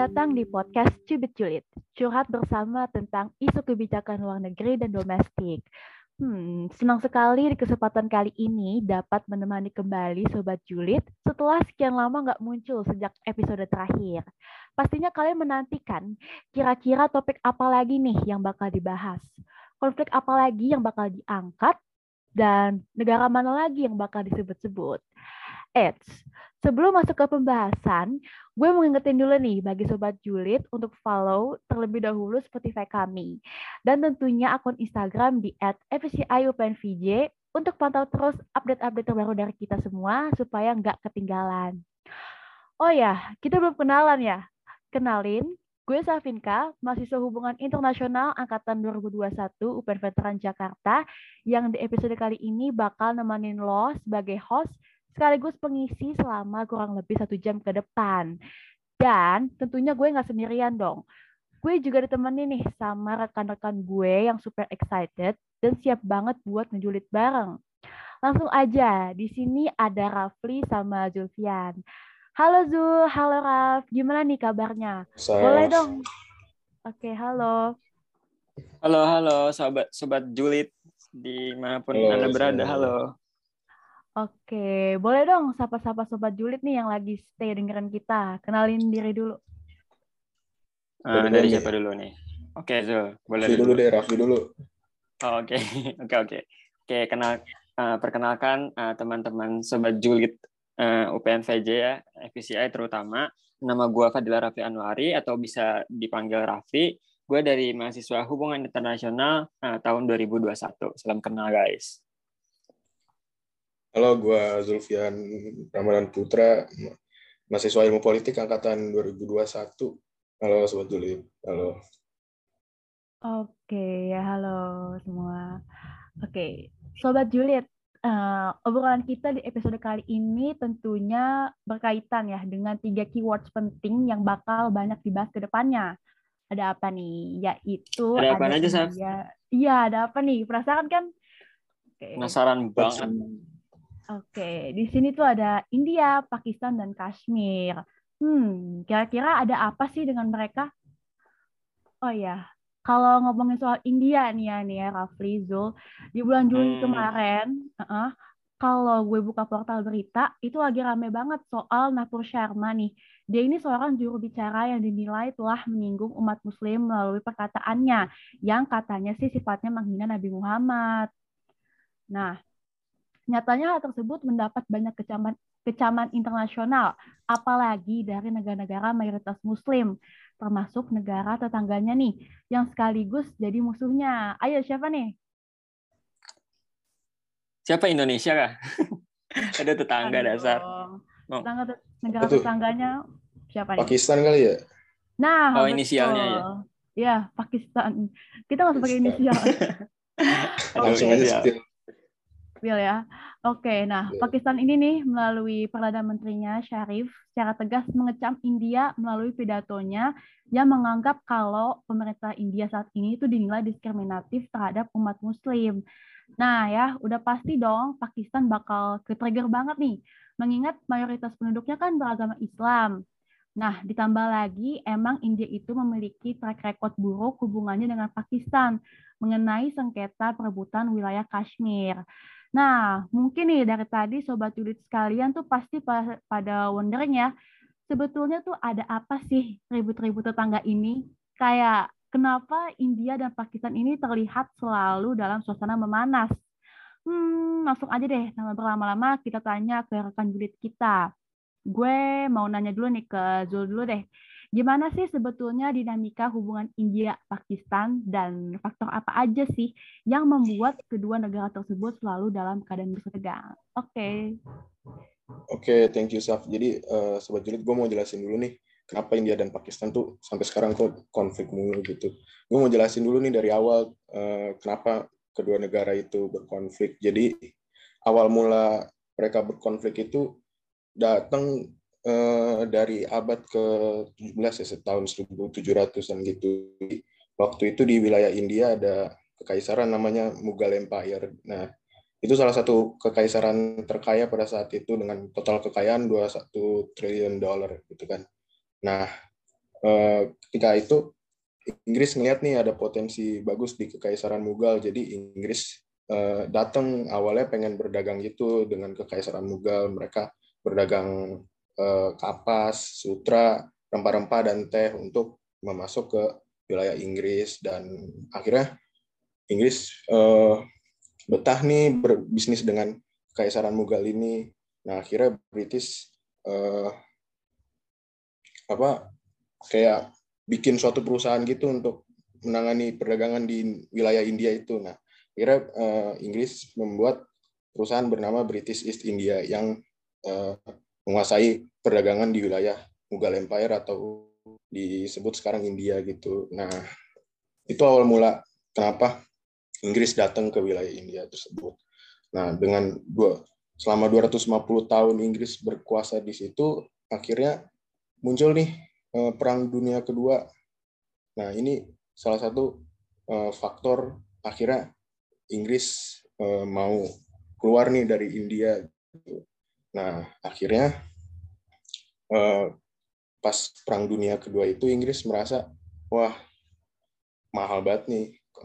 datang di podcast Cubit Julid, curhat bersama tentang isu kebijakan luar negeri dan domestik. Senang sekali di kesempatan kali ini dapat menemani kembali Sobat Julid setelah sekian lama nggak muncul sejak episode terakhir. Pastinya kalian menantikan kira-kira topik apa lagi nih yang bakal dibahas, konflik apa lagi yang bakal diangkat, dan negara mana lagi yang bakal disebut-sebut. Sebelum masuk ke pembahasan, gue mau ngingetin dulu nih bagi Sobat Julid untuk follow terlebih dahulu Spotify kami. Dan tentunya akun Instagram di @fciupnvj untuk pantau terus update-update terbaru dari kita semua supaya nggak ketinggalan. Oh ya, kita belum kenalan ya? Kenalin, gue Safinka, mahasiswa hubungan internasional angkatan 2021 UPN Veteran Jakarta yang di episode kali ini bakal nemenin lo sebagai host sekaligus pengisi selama kurang lebih 1 jam ke depan. Dan tentunya gue nggak sendirian dong. Gue juga ditemani nih sama rekan-rekan gue yang super excited dan siap banget buat ngejulit bareng. Langsung aja, di sini ada Rafli sama Zulfian. Halo Zul, halo Raf, gimana nih kabarnya? Boleh dong. Oke, halo. Halo sobat Julid dimanapun Anda berada. Halo. Oke, boleh dong sapa-sapa Sobat Julid nih yang lagi stay dengerin kita. Kenalin diri dulu. Dari siapa dulu nih? Oke, Zul. Boleh dulu deh, Raffi dulu. Oke. Perkenalkan teman-teman Sobat Julid UPN VJ ya, FCI terutama. Nama gue Fadila Raffi Anwari atau bisa dipanggil Raffi. Gue dari mahasiswa hubungan internasional tahun 2021. Salam kenal, guys. Halo, gue Zulfian Ramadan Putra, mahasiswa ilmu politik angkatan 2021. Halo Sobat Julid. Halo. Oke, halo semua. Oke, Sobat Julid, obrolan kita di episode kali ini tentunya berkaitan ya dengan 3 keywords penting yang bakal banyak dibahas ke depannya. Ada apa nih? Yaitu ada apa aja, Saf? Iya, ada apa nih? Penasaran kan? Penasaran banget. Oke, di sini tuh ada India, Pakistan, dan Kashmir. Kira-kira ada apa sih dengan mereka? Oh ya, kalau ngomongin soal India nih ya Rafli, Zul, di bulan Juli kemarin, kalau gue buka portal berita, itu lagi rame banget soal Napur Sharma nih. Dia ini seorang juru bicara yang dinilai telah menyinggung umat Muslim melalui perkataannya, yang katanya sih sifatnya menghina Nabi Muhammad. Nah, nyatanya hal tersebut mendapat banyak kecaman internasional, apalagi dari negara-negara mayoritas Muslim, termasuk negara tetangganya nih, yang sekaligus jadi musuhnya. Ayo, siapa nih? Siapa, Indonesia kah? Ada tetangga dasar. Negara tetangganya siapa nih? Pakistan kali ya? Nah, inisialnya ya? Ya, Pakistan. Kita nggak usah pakai inisial. Langsung aja spill. Ya. Oke, nah Pakistan ini nih melalui Perdana Menterinya Sharif secara tegas mengecam India melalui pidatonya yang menganggap kalau pemerintah India saat ini itu dinilai diskriminatif terhadap umat Muslim. Nah ya, udah pasti dong Pakistan bakal ke-trigger banget nih, mengingat mayoritas penduduknya kan beragama Islam. Nah, ditambah lagi emang India itu memiliki track record buruk hubungannya dengan Pakistan mengenai sengketa perebutan wilayah Kashmir. Nah, mungkin nih dari tadi Sobat Julid sekalian tuh pasti pada wondering ya, sebetulnya tuh ada apa sih ribut-ribut tetangga ini? Kayak kenapa India dan Pakistan ini terlihat selalu dalam suasana memanas? Langsung aja deh, tanpa berlama-lama kita tanya ke rekan Julid kita. Gue mau nanya dulu nih ke Zul dulu deh. Gimana sih sebetulnya dinamika hubungan India-Pakistan dan faktor apa aja sih yang membuat kedua negara tersebut selalu dalam keadaan bersetegang? Oke, thank you, Saf. Jadi, Sobat Julid, gue mau jelasin dulu nih, kenapa India dan Pakistan tuh sampai sekarang kok konflik mulu gitu. Gue mau jelasin dulu nih dari awal, kenapa kedua negara itu berkonflik. Jadi, awal mula mereka berkonflik itu datang dari abad ke-17 ya, tahun 1700-an gitu. Waktu itu di wilayah India ada kekaisaran namanya Mughal Empire. Nah, itu salah satu kekaisaran terkaya pada saat itu dengan total kekayaan $21 triliun gitu kan. Nah, ketika itu Inggris ngeliat nih ada potensi bagus di Kekaisaran Mughal, jadi Inggris datang awalnya pengen berdagang gitu dengan Kekaisaran Mughal. Mereka berdagang kapas, sutra, rempah-rempah dan teh untuk memasuk ke wilayah Inggris, dan akhirnya Inggris betah nih berbisnis dengan Kekaisaran Mughal ini. Nah akhirnya British kayak bikin suatu perusahaan gitu untuk menangani perdagangan di wilayah India itu. Nah akhirnya Inggris membuat perusahaan bernama British East India yang menguasai perdagangan di wilayah Mughal Empire atau disebut sekarang India gitu. Nah itu awal mula kenapa Inggris datang ke wilayah India tersebut. Nah, selama 250 tahun Inggris berkuasa di situ, akhirnya muncul nih Perang Dunia Kedua. Nah, ini salah satu faktor akhirnya Inggris mau keluar nih dari India. Nah, akhirnya pas Perang Dunia Kedua itu Inggris merasa, wah, mahal banget nih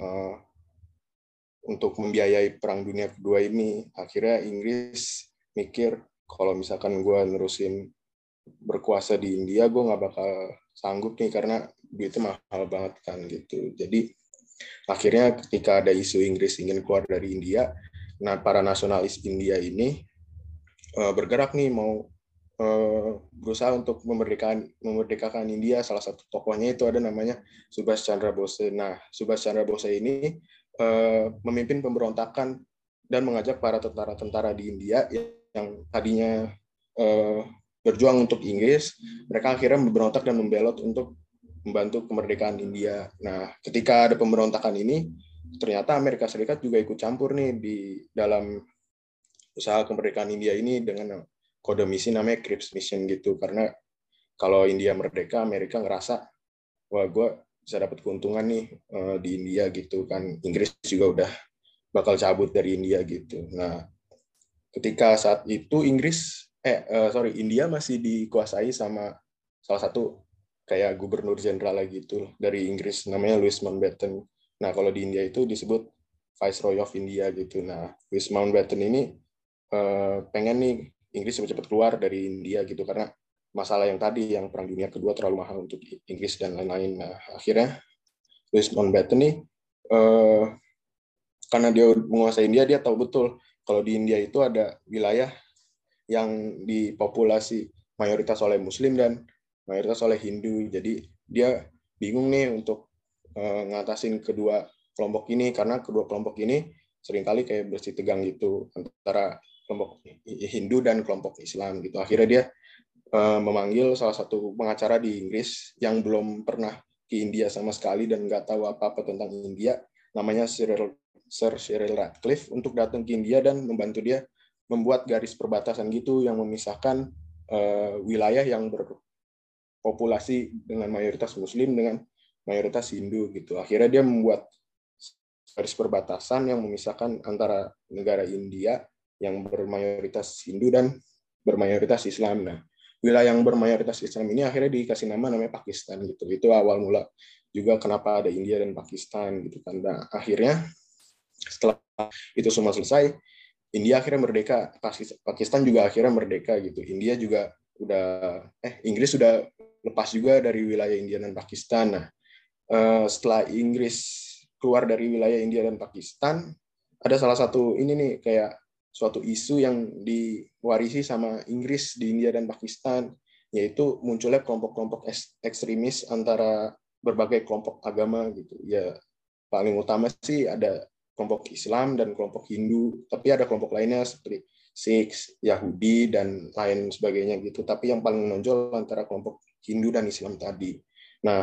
untuk membiayai Perang Dunia Kedua ini. Akhirnya Inggris mikir, kalau misalkan gue nerusin berkuasa di India, gue nggak bakal sanggup nih, karena duitnya mahal banget kan gitu. Jadi akhirnya ketika ada isu Inggris ingin keluar dari India, nah para nasionalis India ini bergerak nih mau berusaha untuk memerdekakan India. Salah satu tokohnya itu ada namanya Subhas Chandra Bose. Nah, Subhas Chandra Bose ini memimpin pemberontakan dan mengajak para tentara-tentara di India yang tadinya berjuang untuk Inggris, mereka akhirnya memberontak dan membelot untuk membantu kemerdekaan India. Nah, ketika ada pemberontakan ini, ternyata Amerika Serikat juga ikut campur nih di dalam usaha kemerdekaan India ini dengan kode misi namanya Cripps Mission gitu. Karena kalau India merdeka, Amerika ngerasa, wah gue bisa dapat keuntungan nih di India gitu kan. Inggris juga udah bakal cabut dari India gitu. Nah, ketika saat itu India masih dikuasai sama salah satu kayak gubernur jenderal lagi gitu dari Inggris namanya Louis Mountbatten. Nah, kalau di India itu disebut Viceroy of India gitu. Nah, Louis Mountbatten ini pengen nih Inggris cepat-cepat keluar dari India gitu, karena masalah yang tadi, yang Perang Dunia Kedua terlalu mahal untuk Inggris dan lain-lain. Nah, akhirnya Louis Mountbatten nih karena dia menguasai India, dia tahu betul kalau di India itu ada wilayah yang dipopulasi mayoritas oleh Muslim dan mayoritas oleh Hindu. Jadi dia bingung nih untuk ngatasin kedua kelompok ini, karena kedua kelompok ini seringkali kayak bersih tegang gitu antara kelompok Hindu dan kelompok Islam gitu. Akhirnya dia memanggil salah satu pengacara di Inggris yang belum pernah ke India sama sekali dan nggak tahu apa-apa tentang India, namanya Sir Cyril Ratcliffe, untuk datang ke India dan membantu dia membuat garis perbatasan gitu yang memisahkan wilayah yang berpopulasi dengan mayoritas Muslim dengan mayoritas Hindu gitu. Akhirnya dia membuat garis perbatasan yang memisahkan antara negara India yang bermayoritas Hindu dan bermayoritas Islam. Nah, wilayah yang bermayoritas Islam ini akhirnya dikasih namanya Pakistan gitu. Itu awal mula juga kenapa ada India dan Pakistan gitu kan. Nah, akhirnya setelah itu semua selesai, India akhirnya merdeka, Pakistan juga akhirnya merdeka gitu. Inggris sudah lepas juga dari wilayah India dan Pakistan. Nah, setelah Inggris keluar dari wilayah India dan Pakistan, ada salah satu ini nih kayak suatu isu yang diwarisi sama Inggris di India dan Pakistan, yaitu munculnya kelompok-kelompok ekstremis antara berbagai kelompok agama gitu. Ya paling utama sih ada kelompok Islam dan kelompok Hindu, tapi ada kelompok lainnya seperti Sikh, Yahudi, dan lain sebagainya gitu. Tapi yang paling menonjol antara kelompok Hindu dan Islam tadi. Nah,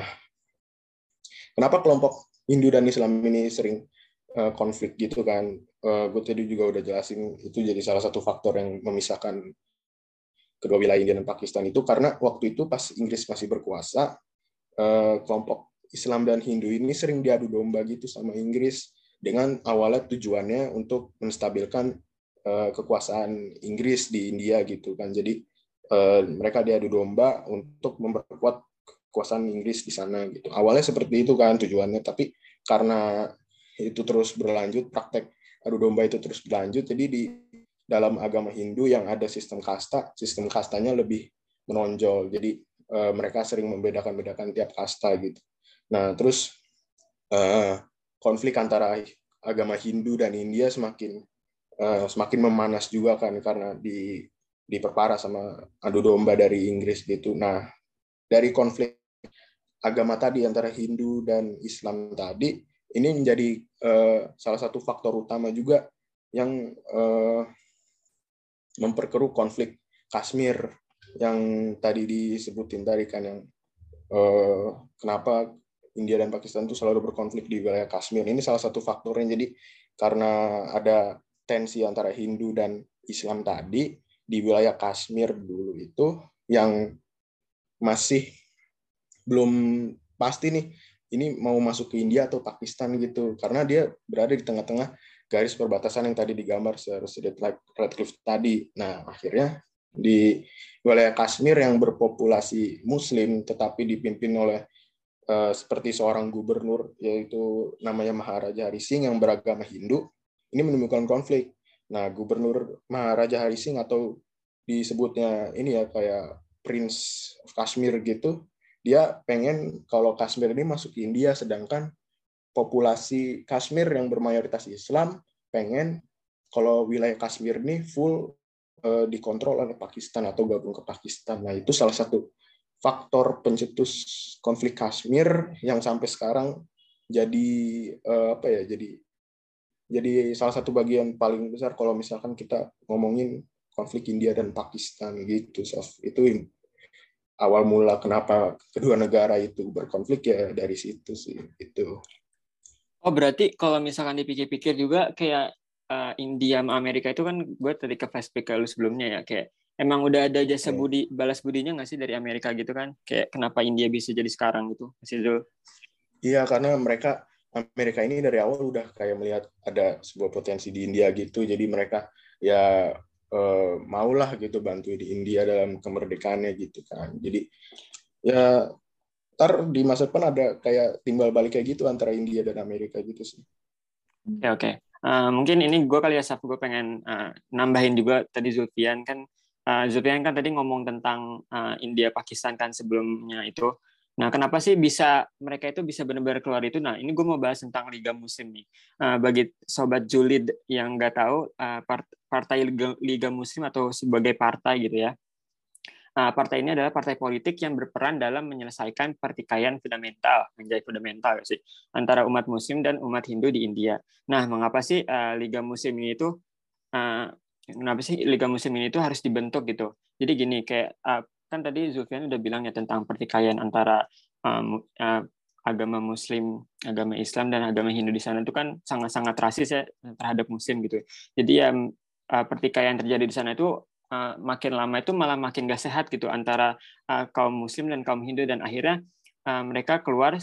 kenapa kelompok Hindu dan Islam ini sering konflik gitu kan? Gue tadi juga udah jelasin, itu jadi salah satu faktor yang memisahkan kedua wilayah India dan Pakistan itu, karena waktu itu pas Inggris masih berkuasa, kelompok Islam dan Hindu ini sering diadu domba gitu sama Inggris, dengan awalnya tujuannya untuk menstabilkan kekuasaan Inggris di India gitu kan. Jadi mereka diadu domba untuk memperkuat kekuasaan Inggris di sana gitu. Awalnya seperti itu kan tujuannya, tapi karena itu terus berlanjut, praktek adu domba itu terus berlanjut, jadi di dalam agama Hindu yang ada sistem kasta, sistem kastanya lebih menonjol. Jadi mereka sering membedakan-bedakan tiap kasta gitu. Nah, terus konflik antara agama Hindu dan India semakin memanas juga kan karena diperparah sama adu domba dari Inggris gitu. Nah, dari konflik agama tadi antara Hindu dan Islam tadi, ini menjadi salah satu faktor utama juga yang memperkeruh konflik Kashmir yang tadi disebutin tadi kan, yang kenapa India dan Pakistan itu selalu berkonflik di wilayah Kashmir. Ini salah satu faktornya. Jadi karena ada tensi antara Hindu dan Islam tadi di wilayah Kashmir dulu itu yang masih belum pasti nih ini mau masuk ke India atau Pakistan gitu, karena dia berada di tengah-tengah garis perbatasan yang tadi digambar Sir Radcliffe tadi. Nah, akhirnya di wilayah Kashmir yang berpopulasi Muslim tetapi dipimpin oleh seperti seorang gubernur yaitu namanya Maharaja Hari Singh yang beragama Hindu, ini menimbulkan konflik. Nah, Gubernur Maharaja Hari Singh atau disebutnya ini ya kayak Prince of Kashmir gitu, dia pengen kalau Kashmir ini masuk ke India, sedangkan populasi Kashmir yang bermayoritas Islam pengen kalau wilayah Kashmir ini full dikontrol oleh Pakistan atau gabung ke Pakistan. Nah, itu salah satu faktor pencetus konflik Kashmir yang sampai sekarang jadi jadi salah satu bagian paling besar kalau misalkan kita ngomongin konflik India dan Pakistan gitu, Sof. Itu awal mula kenapa kedua negara itu berkonflik ya dari situ sih itu. Oh, berarti kalau misalkan dipikir-pikir juga kayak India sama Amerika itu kan, gue tadi ke flashback ke lu sebelumnya ya, kayak emang udah ada jasa budi, balas budinya nggak sih dari Amerika gitu kan? Kayak kenapa India bisa jadi sekarang gitu, Mas Izul? Iya, karena Amerika ini dari awal udah kayak melihat ada sebuah potensi di India gitu, jadi mereka ya maulah gitu bantu di India dalam kemerdekaannya gitu kan. Jadi ya ntar di masa depan ada kayak timbal balik kayak gitu antara India dan Amerika gitu sih. Oke. Mungkin ini gue kali ya, Saf, gue pengen nambahin juga tadi Zulfian kan tadi ngomong tentang India Pakistan kan sebelumnya itu. Nah, kenapa sih mereka itu bisa benar-benar keluar itu? Nah, ini gue mau bahas tentang Liga Muslim nih. Bagi sobat julid yang nggak tahu, partai Liga Muslim atau sebagai partai gitu ya. Partai ini adalah partai politik yang berperan dalam menyelesaikan pertikaian fundamental, menjadi fundamental sih, antara umat Muslim dan umat Hindu di India. Nah, mengapa sih Liga Muslim ini itu harus dibentuk gitu? Jadi gini, kayak kan tadi Zulfian udah bilang ya tentang pertikaian antara agama Muslim, agama Islam dan agama Hindu di sana itu kan sangat-sangat rasis ya terhadap Muslim gitu. Jadi pertikaian terjadi di sana itu makin lama itu malah makin gak sehat gitu antara kaum Muslim dan kaum Hindu, dan akhirnya mereka keluar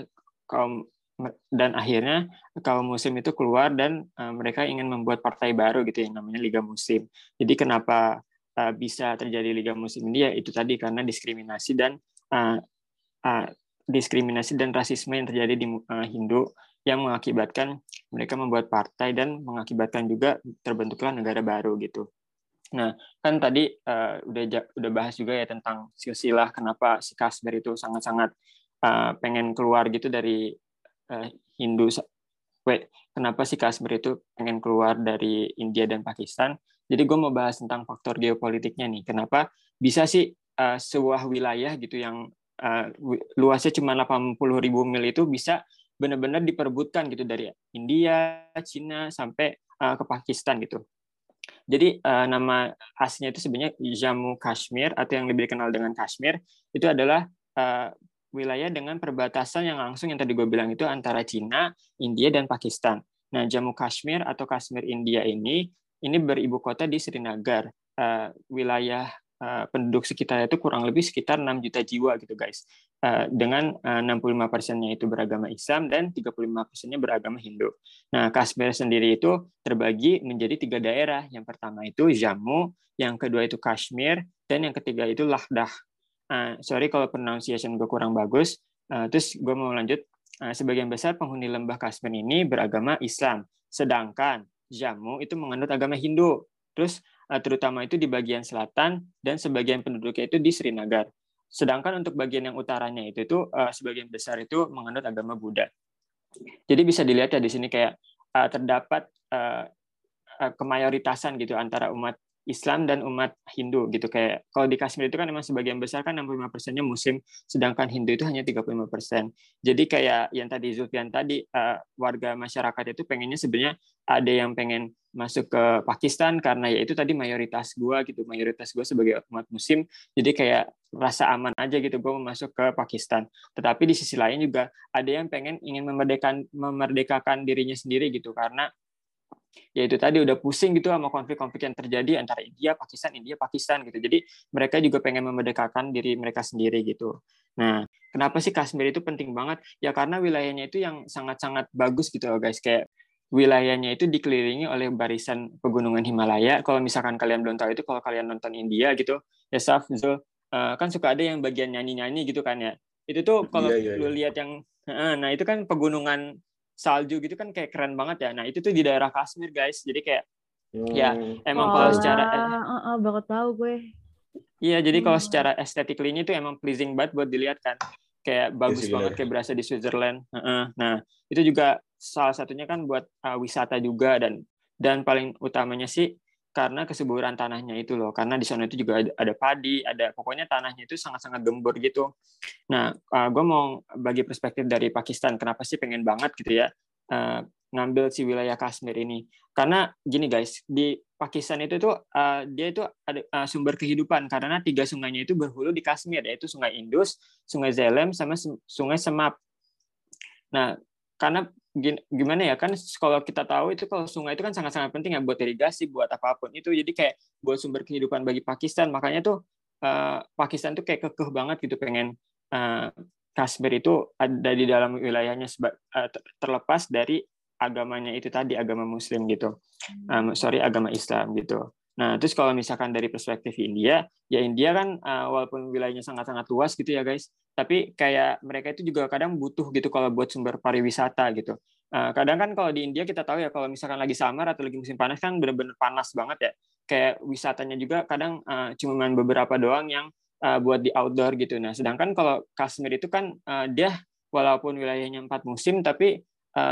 akhirnya kaum Muslim itu keluar dan mereka ingin membuat partai baru gitu yang namanya Liga Muslim. Jadi kenapa bisa terjadi Liga Muslim ini ya itu tadi karena diskriminasi dan rasisme yang terjadi di Hindu yang mengakibatkan mereka membuat partai dan mengakibatkan juga terbentuklah negara baru gitu. Nah, kan tadi udah bahas juga ya tentang silsilah kenapa si Kashmir itu sangat-sangat pengen keluar gitu dari Hindu. Kenapa si Kashmir itu pengen keluar dari India dan Pakistan? Jadi gue mau bahas tentang faktor geopolitiknya nih. Kenapa bisa sih sebuah wilayah gitu yang luasnya cuma 80.000 mil itu bisa benar-benar diperebutkan gitu dari India, Cina sampai ke Pakistan gitu. Jadi nama aslinya itu sebenarnya Jammu Kashmir atau yang lebih dikenal dengan Kashmir, itu adalah wilayah dengan perbatasan yang langsung yang tadi gue bilang itu antara Cina, India, dan Pakistan. Nah, Jammu Kashmir atau Kashmir India ini beribu kota di Srinagar. Wilayah penduduk sekitarnya itu kurang lebih sekitar 6 juta jiwa gitu guys. Dengan 65%-nya itu beragama Islam dan 35%-nya beragama Hindu. Nah, Kashmir sendiri itu terbagi menjadi 3 daerah. Yang pertama itu Jammu, yang kedua itu Kashmir, dan yang ketiga itu Ladakh. sorry kalau pronunciation gue kurang bagus. Terus gue mau lanjut. Sebagian besar penghuni lembah Kashmir ini beragama Islam, sedangkan Jammu itu menganut agama Hindu. Terus terutama itu di bagian selatan dan sebagian penduduknya itu di Srinagar. Sedangkan untuk bagian yang utaranya itu sebagian besar itu menganut agama Buddha. Jadi bisa dilihat ya di sini kayak terdapat kemayoritasan gitu antara umat Islam dan umat Hindu gitu. Kayak kalau di Kashmir itu kan memang sebagian besar kan 65%-nya Muslim, sedangkan Hindu itu hanya 35%. Jadi kayak yang tadi Zulfian tadi, warga masyarakat itu pengennya sebenarnya ada yang pengen masuk ke Pakistan karena ya itu tadi mayoritas gue sebagai umat Muslim, jadi kayak rasa aman aja gitu gue mau masuk ke Pakistan. Tetapi di sisi lain juga ada yang ingin memerdekakan dirinya sendiri gitu, karena ya itu tadi udah pusing gitu sama konflik-konflik yang terjadi antara India Pakistan gitu. Jadi mereka juga pengen memerdekakan diri mereka sendiri gitu. Nah, kenapa sih Kashmir itu penting banget? Ya karena wilayahnya itu yang sangat-sangat bagus gitu loh guys. Kayak wilayahnya itu dikelilingi oleh barisan pegunungan Himalaya. Kalau misalkan kalian belum tahu itu, kalau kalian nonton India gitu, ya Saf, Zul, kan suka ada yang bagian nyanyi-nyanyi gitu kan ya. Itu tuh kalau lu lihat yang, nah itu kan pegunungan salju gitu kan kayak keren banget ya. Nah itu tuh di daerah Kashmir guys. Jadi kayak ya emang kalau secara baru tahu gue. Iya, jadi kalau secara estetically ini tuh emang pleasing banget buat dilihat kan. Kayak bagus banget, kayak berasa di Switzerland. Nah, itu juga salah satunya kan buat wisata juga, dan paling utamanya sih karena kesuburan tanahnya itu loh. Karena di sana itu juga ada padi, pokoknya tanahnya itu sangat-sangat gembur gitu. Nah, gue mau bagi perspektif dari Pakistan. Kenapa sih pengen banget gitu ya ngambil si wilayah Kashmir ini? Karena gini guys, di Pakistan itu tuh dia itu ada sumber kehidupan karena 3 sungainya itu berhulu di Kashmir, yaitu Sungai Indus, Sungai Zalem, sama Sungai Semap. Nah, karena gimana ya kan kalau kita tahu itu kalau sungai itu kan sangat-sangat penting ya buat irigasi, buat apapun itu. Jadi kayak buat sumber kehidupan bagi Pakistan. Makanya tuh Pakistan tuh kayak kekeh banget gitu pengen Kashmir itu ada di dalam wilayahnya terlepas dari agamanya itu tadi, agama Muslim gitu. Agama Islam gitu. Nah, terus kalau misalkan dari perspektif India, ya India kan walaupun wilayahnya sangat-sangat luas gitu ya guys, tapi kayak mereka itu juga kadang butuh gitu kalau buat sumber pariwisata gitu. Kadang kan kalau di India kita tahu ya kalau misalkan lagi summer atau lagi musim panas kan benar-benar panas banget ya. Kayak wisatanya juga kadang cuma beberapa doang yang buat di outdoor gitu. Nah, sedangkan kalau Kashmir itu kan dia walaupun wilayahnya 4 musim tapi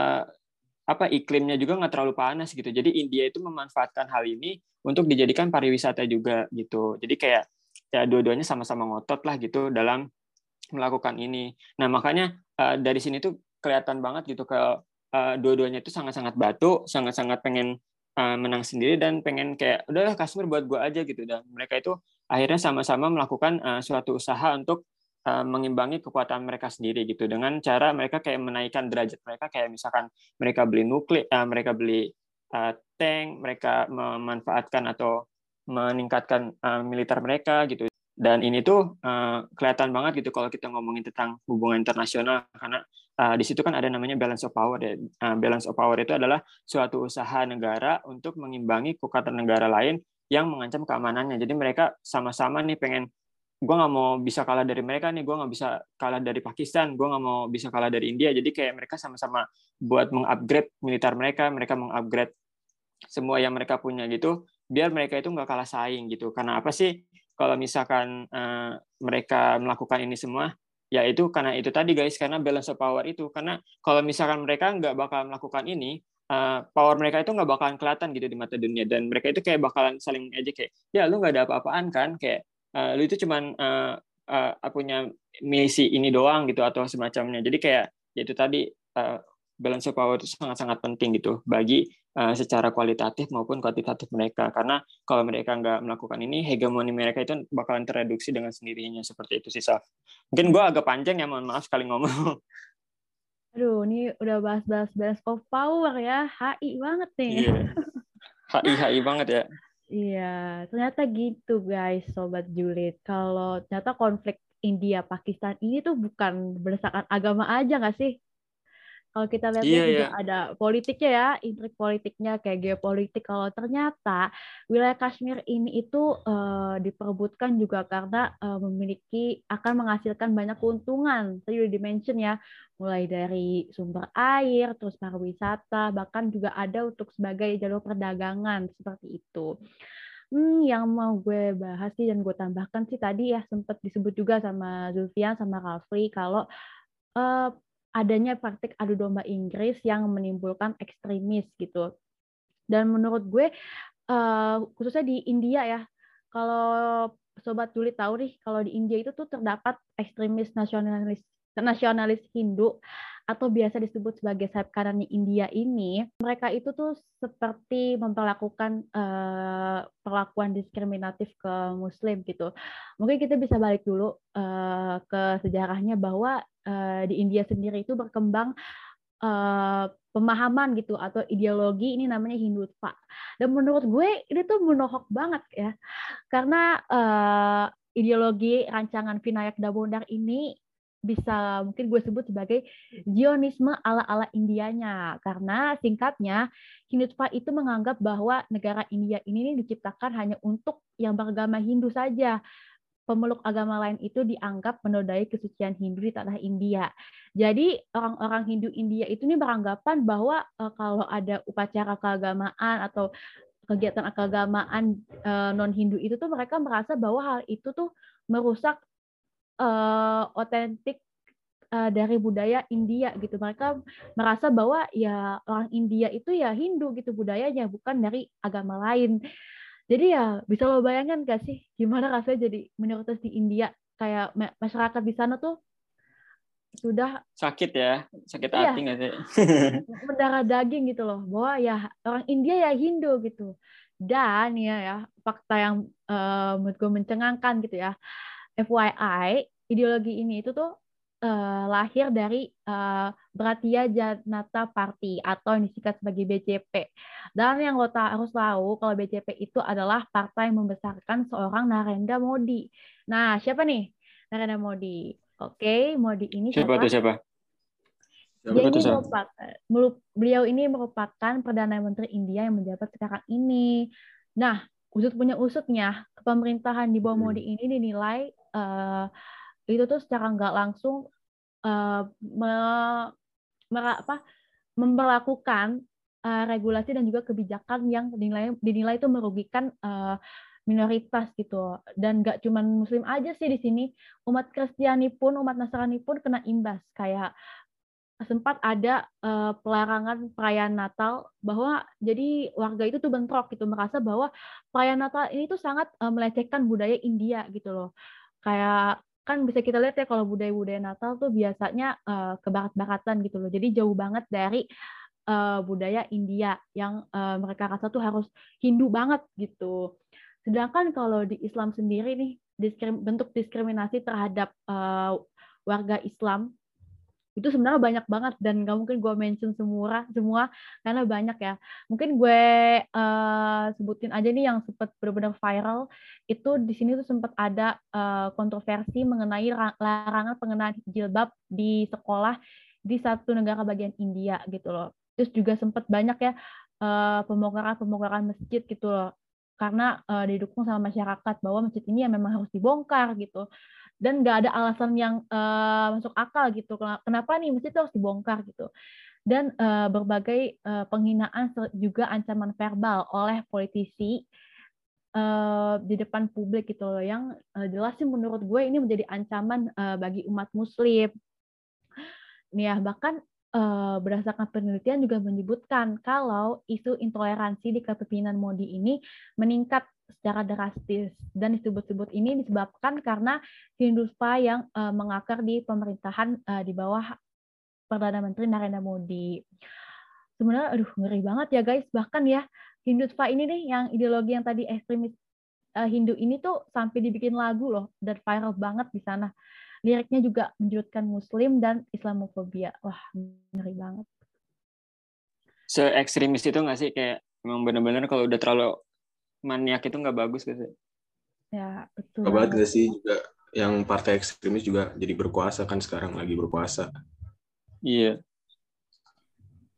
iklimnya juga nggak terlalu panas gitu. Jadi India itu memanfaatkan hal ini untuk dijadikan pariwisata juga gitu. Jadi kayak ya dua-duanya sama-sama ngotot lah gitu dalam melakukan ini. Nah makanya dari sini tuh kelihatan banget gitu kalau dua-duanya itu sangat-sangat batu, sangat-sangat pengen menang sendiri dan pengen kayak udahlah Kashmir buat gue aja gitu. Dan mereka itu akhirnya sama-sama melakukan suatu usaha untuk mengimbangi kekuatan mereka sendiri gitu dengan cara mereka kayak menaikkan derajat mereka, kayak misalkan mereka beli nuklir, mereka beli tank, mereka memanfaatkan atau meningkatkan militer mereka gitu. Dan ini tuh kelihatan banget gitu kalau kita ngomongin tentang hubungan internasional, karena di situ kan ada namanya balance of power ya. Balance of power itu adalah suatu usaha negara untuk mengimbangi kekuatan negara lain yang mengancam keamanannya. Jadi mereka sama-sama nih pengen, gue nggak mau bisa kalah dari mereka nih, gue nggak bisa kalah dari Pakistan, gue nggak mau bisa kalah dari India. Jadi kayak mereka sama-sama buat mengupgrade militer mereka mengupgrade semua yang mereka punya gitu, biar mereka itu nggak kalah saing gitu. Karena apa sih? Kalau misalkan mereka melakukan ini semua, ya itu karena itu tadi guys, karena balance of power itu. Karena kalau misalkan mereka nggak bakal melakukan ini, power mereka itu nggak bakalan kelihatan gitu di mata dunia, dan mereka itu kayak bakalan saling aja kayak, ya lu nggak ada apa-apaan kan, kayak lu itu cuman punya misi ini doang gitu atau semacamnya. Jadi kayak ya itu tadi balance of power itu sangat-sangat penting gitu bagi secara kualitatif maupun kuantitatif mereka. Karena kalau mereka nggak melakukan ini, hegemoni mereka itu bakalan tereduksi dengan sendirinya, seperti itu sih, Saf. Mungkin gue agak panjang ya, mohon maaf sekali ngomong. Aduh, ini udah bahas-bahas balance of power ya, HI banget nih. Iya. HI banget ya. Iya, ternyata gitu guys, Sobat Julid. Kalau ternyata konflik India-Pakistan ini tuh bukan berdasarkan agama aja nggak sih? Kalau kita lihat-lihat Iya, juga ya. ada politiknya ya, intrik politiknya kayak geopolitik. Kalau ternyata wilayah Kashmir ini itu diperebutkan juga karena akan menghasilkan banyak keuntungan. Tadi udah di-mention ya, mulai dari sumber air, terus pariwisata, bahkan juga ada untuk sebagai jalur perdagangan seperti itu. Yang mau gue bahas sih dan gue tambahkan sih tadi ya sempat disebut juga sama Zulfian sama Rafli kalau eh, adanya praktik adu domba Inggris yang menimbulkan ekstremis gitu. Dan menurut gue khususnya di India ya, kalau Sobat Juli tahu nih, kalau di India itu tuh terdapat ekstremis nasionalis Hindu atau biasa disebut sebagai sayap kanannya India ini, mereka itu tuh seperti memperlakukan perlakuan diskriminatif ke Muslim gitu. Mungkin kita bisa balik dulu ke sejarahnya bahwa di India sendiri itu berkembang pemahaman gitu atau ideologi ini namanya Hindutva. Dan menurut gue ini tuh menohok banget ya, karena ideologi rancangan Vinayak Damodar ini bisa mungkin gue sebut sebagai Zionisme ala-ala Indianya. Karena singkatnya, Hindutva itu menganggap bahwa negara India ini diciptakan hanya untuk yang beragama Hindu saja. Pemeluk agama lain itu dianggap menodai kesucian Hindu di tanah India. Jadi orang-orang Hindu India itu nih beranggapan bahwa kalau ada upacara keagamaan atau kegiatan keagamaan non-Hindu itu tuh mereka merasa bahwa hal itu tuh merusak otentik dari budaya India gitu. Mereka merasa bahwa ya orang India itu ya Hindu gitu budayanya, bukan dari agama lain. Jadi ya bisa lo bayangkan gak sih gimana rasanya jadi minoritas di India, kayak masyarakat di sana tuh sudah Sakit ya, sakit hati iya nggak sih? mendarah daging gitu loh, bahwa ya orang India ya Hindu gitu. Dan ya fakta yang menurut gue mencengangkan gitu ya, FYI, ideologi ini itu tuh lahir dari Bharatiya Janata Party atau yang disingkat sebagai BJP. Dan yang lo harus tahu kalau BJP itu adalah partai yang membesarkan seorang Narendra Modi. Nah, siapa nih Narendra Modi? Oke, Modi ini Siapa siapa? tuh siapa? Dia Siapa ini tuh Sam? beliau ini merupakan Perdana Menteri India yang menjabat sekarang ini. Nah, usut punya usutnya, pemerintahan di bawah Modi ini dinilai itu tuh secara nggak langsung uh, me, memperlakukan regulasi dan juga kebijakan yang dinilai itu merugikan minoritas gitu. Dan nggak cuma Muslim aja sih di sini, umat Kristiani pun, umat Nasrani pun kena imbas. Kayak sempat ada pelarangan perayaan Natal, bahwa jadi warga itu tuh bentrok gitu, merasa bahwa perayaan Natal ini tuh sangat melecehkan budaya India gitu loh. Kayak kan bisa kita lihat ya kalau budaya-budaya Natal tuh biasanya ke barat-baratan gitu loh. Jadi jauh banget dari budaya India yang mereka rasa tuh harus Hindu banget gitu. Sedangkan kalau di Islam sendiri nih, bentuk diskriminasi terhadap warga Islam itu sebenarnya banyak banget dan nggak mungkin gue mention semua karena banyak ya. Mungkin gue sebutin aja nih yang sempat benar-benar viral. Itu di sini tuh sempat ada kontroversi mengenai larangan pengenaan jilbab di sekolah di satu negara bagian India gitu loh. Terus juga sempat banyak ya pembongkaran masjid gitu loh, karena didukung sama masyarakat bahwa masjid ini ya memang harus dibongkar gitu, dan nggak ada alasan yang masuk akal gitu kenapa nih masjid itu harus dibongkar gitu. Dan berbagai penghinaan juga ancaman verbal oleh politisi di depan publik gitu loh, yang jelas sih menurut gue ini menjadi ancaman bagi umat Muslim. Nih ya, bahkan berdasarkan penelitian juga menyebutkan kalau isu intoleransi di kepemimpinan Modi ini meningkat secara drastis, dan disebut-sebut ini disebabkan karena Hindutva yang mengakar di pemerintahan di bawah Perdana Menteri Narendra Modi. Sebenarnya aduh ngeri banget ya guys, bahkan ya Hindutva ini nih yang ideologi yang tadi ekstremis Hindu ini tuh sampai dibikin lagu loh dan viral banget di sana. Liriknya juga menjurutkan Muslim dan Islamofobia. Wah, ngeri banget. Se-ekstremis itu nggak sih, kayak memang benar-benar kalau udah terlalu maniak itu nggak bagus gitu. Ya, betul Gak banget banget. gak sih juga yang partai ekstremis juga jadi berkuasa kan, sekarang lagi berkuasa. Iya.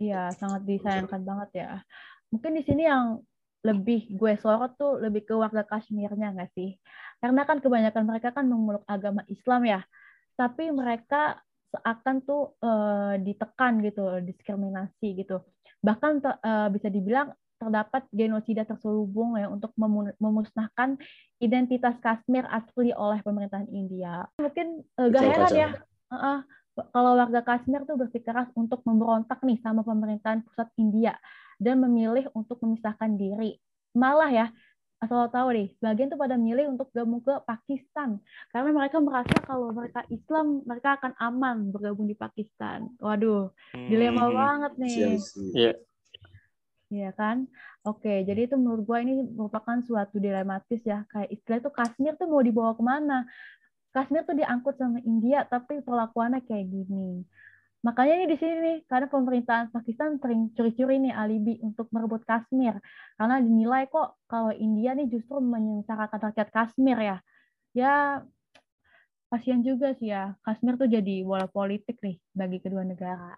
Iya, sangat disayangkan banget ya. Mungkin di sini yang lebih gue sorot tuh lebih ke warga Kashmirnya nggak sih? Karena kan kebanyakan mereka kan memeluk agama Islam ya, tapi mereka seakan tuh ditekan gitu, diskriminasi gitu. Bahkan bisa dibilang terdapat genosida terselubung ya untuk memusnahkan identitas Kashmir asli oleh pemerintahan India. Mungkin gak heran ya, kalau warga Kashmir tuh bersikeras untuk memberontak nih sama pemerintahan pusat India dan memilih untuk memisahkan diri. Malah ya, asal lo tahu deh, sebagian tuh pada milih untuk gabung ke Pakistan karena mereka merasa kalau mereka Islam, mereka akan aman bergabung di Pakistan. Waduh, dilema banget nih. Iya. Iya kan? Oke, jadi itu menurut gue ini merupakan suatu dilematis ya. Kayak istilah itu Kashmir tuh mau dibawa kemana? Kashmir tuh diangkut sama India, tapi perlakuannya kayak gini. Makanya nih di sini nih, karena pemerintahan Pakistan sering curi-curi nih alibi untuk merebut Kashmir. Karena dinilai kok kalau India nih justru menyengsarakan rakyat Kashmir ya. Ya, kasihan juga sih ya. Kashmir tuh jadi bola politik nih bagi kedua negara.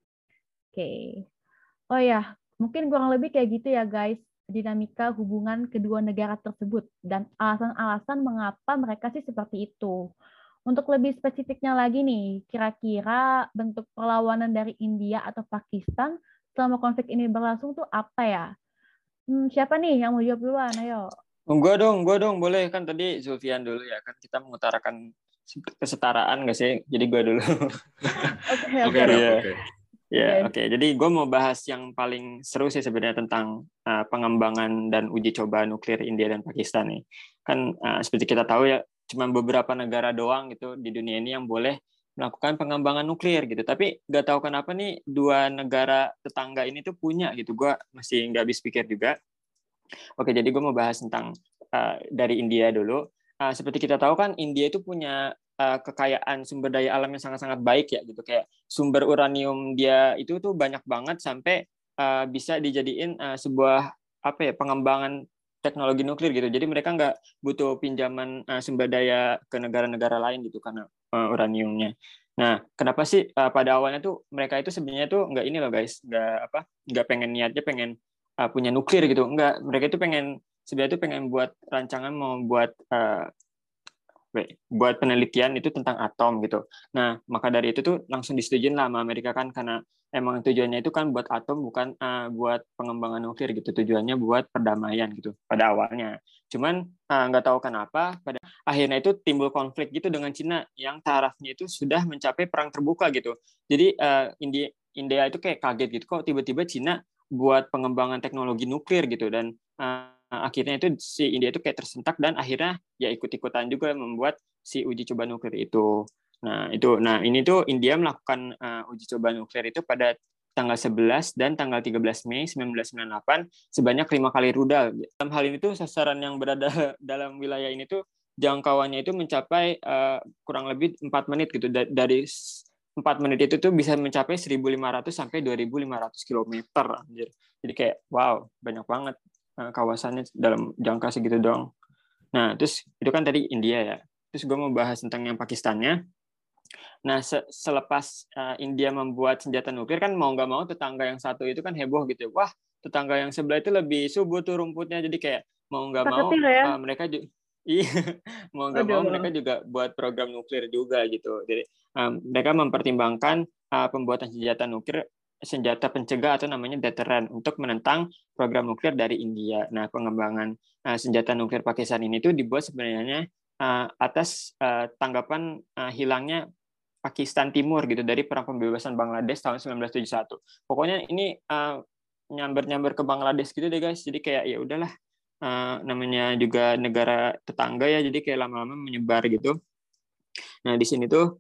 Oke. Oh ya, mungkin kurang lebih kayak gitu ya guys, dinamika hubungan kedua negara tersebut dan alasan-alasan mengapa mereka sih seperti itu. Untuk lebih spesifiknya lagi nih, kira-kira bentuk perlawanan dari India atau Pakistan selama konflik ini berlangsung tuh apa ya? Siapa nih yang mau jawab duluan? Ayo. Gue dong, boleh kan tadi Zulfian dulu ya kan kita mengutarakan kesetaraan nggak sih? Jadi gue dulu. Oke. Ya, oke. Jadi gue mau bahas yang paling seru sih sebenarnya tentang pengembangan dan uji coba nuklir India dan Pakistan nih. Kan seperti kita tahu ya, cuma beberapa negara doang gitu di dunia ini yang boleh melakukan pengembangan nuklir gitu. Tapi nggak tahu kenapa nih dua negara tetangga ini tuh punya gitu. Gue masih nggak habis pikir juga. Oke, jadi gue mau bahas tentang dari India dulu. Seperti kita tahu kan India itu punya kekayaan sumber daya alam yang sangat-sangat baik ya gitu, kayak sumber uranium dia itu tuh banyak banget sampai bisa dijadiin sebuah pengembangan teknologi nuklir gitu. Jadi mereka nggak butuh pinjaman sumber daya ke negara-negara lain gitu karena uraniumnya. Nah, kenapa sih pada awalnya tuh mereka itu sebenarnya tuh nggak ini loh guys, nggak pengen niatnya pengen punya nuklir gitu, enggak, mereka itu sebenarnya tuh pengen buat rancangan mau buat penelitian itu tentang atom gitu. Nah, maka dari itu tuh langsung disetujuin lah sama Amerika kan, karena emang tujuannya itu kan buat atom, bukan buat pengembangan nuklir gitu. Tujuannya buat perdamaian gitu pada awalnya. Cuman nggak tahu kenapa pada akhirnya itu timbul konflik gitu dengan Cina yang tarafnya itu sudah mencapai perang terbuka gitu. Jadi India itu kayak kaget gitu, kok tiba-tiba Cina buat pengembangan teknologi nuklir gitu, dan akhirnya itu si India itu kayak tersentak dan akhirnya ya ikut-ikutan juga membuat si uji coba nuklir itu. Nah ini tuh India melakukan uji coba nuklir itu pada tanggal 11 dan tanggal 13 Mei 1998 sebanyak 5 kali rudal. Dalam hal ini tuh sasaran yang berada dalam wilayah ini tuh jangkauannya itu mencapai kurang lebih 4 menit gitu. Dari 4 menit itu tuh bisa mencapai 1.500 sampai 2.500 kilometer. Anjir. Jadi kayak wow, banyak banget kawasannya dalam jangka segitu doang. Nah, terus itu kan tadi India ya. Terus gue mau bahas tentang yang Pakistannya. Nah, selepas India membuat senjata nuklir kan mau nggak mau tetangga yang satu itu kan heboh gitu. Wah, tetangga yang sebelah itu lebih subur tuh rumputnya. Jadi kayak mau nggak mau mereka juga mau nggak mau mereka juga buat program nuklir juga gitu. Jadi mereka mempertimbangkan pembuatan senjata pencegah atau namanya deterrent untuk menentang program nuklir dari India. Nah, pengembangan senjata nuklir Pakistan ini tuh dibuat sebenarnya atas tanggapan hilangnya Pakistan Timur gitu dari perang pembebasan Bangladesh tahun 1971. Pokoknya ini nyamber-nyamber ke Bangladesh gitu deh guys. Jadi kayak ya udahlah, namanya juga negara tetangga ya, jadi kayak lama-lama menyebar gitu. Nah, di sini tuh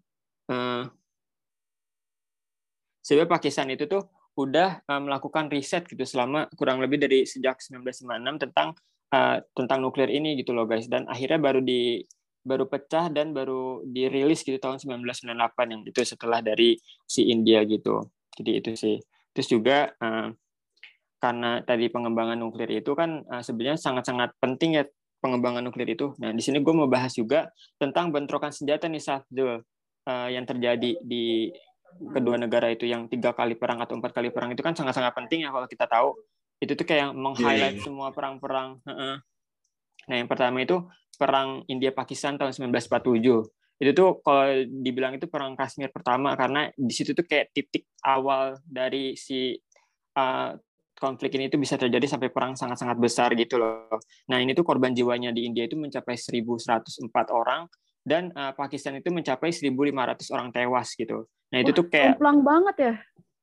sebenarnya Pakistan itu tuh udah melakukan riset gitu selama kurang lebih dari sejak 1996 tentang nuklir ini gitu loh guys, dan akhirnya baru pecah dan baru dirilis gitu tahun 1998 yang itu setelah dari si India gitu. Jadi itu sih. Terus juga karena tadi pengembangan nuklir itu kan sebenarnya sangat-sangat penting ya pengembangan nuklir itu. Nah, di sini gue mau bahas juga tentang bentrokan senjata nih, Safdul, yang terjadi di kedua negara itu yang 3 kali perang atau 4 kali perang itu kan sangat-sangat penting ya kalau kita tahu. Itu tuh kayak meng-highlight semua perang-perang. Nah, yang pertama itu perang India-Pakistan tahun 1947. Itu tuh kalau dibilang itu perang Kashmir pertama karena di situ tuh kayak titik awal dari si konflik ini itu bisa terjadi sampai perang sangat-sangat besar gitu loh. Nah, ini tuh korban jiwanya di India itu mencapai 1.104 orang dan Pakistan itu mencapai 1.500 orang tewas gitu. Nah, itu tuh kayak jomplang banget ya.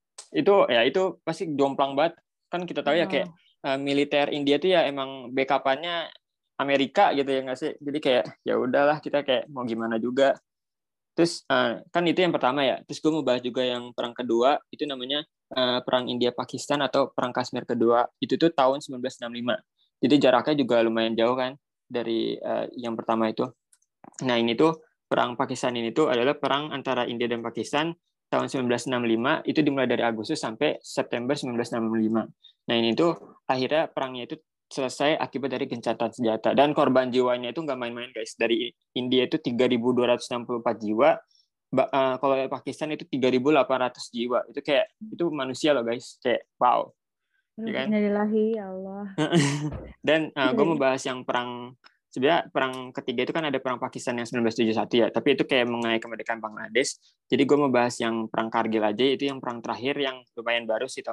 Itu pasti jomplang banget. Kan kita tahu ya kayak militer India tuh ya emang backup-annya Amerika gitu ya nggak sih? Jadi kayak ya udahlah kita kayak mau gimana juga. Terus kan itu yang pertama ya. Terus gue mau bahas juga yang perang kedua, itu namanya perang India-Pakistan atau perang Kashmir kedua. Itu tuh tahun 1965. Jadi jaraknya juga lumayan jauh kan dari yang pertama itu. Nah ini tuh perang Pakistan ini tuh adalah perang antara India dan Pakistan tahun 1965. Itu dimulai dari Agustus sampai September 1965. Nah ini tuh akhirnya perangnya itu selesai akibat dari gencatan senjata. Dan korban jiwanya itu nggak main-main, guys. Dari India itu 3.264 jiwa. Kalau Pakistan itu 3.800 jiwa. Itu kayak, itu manusia loh, guys. Kayak, wow. Ya kan? Innalillahi, ya Allah. Dan gue mau bahas yang perang, sebenarnya perang ketiga itu kan ada perang Pakistan yang 1971 ya. Tapi itu kayak mengenai kemerdekaan Bangladesh. Jadi gue mau bahas yang perang Kargil aja. Itu yang perang terakhir yang lumayan baru sih tahun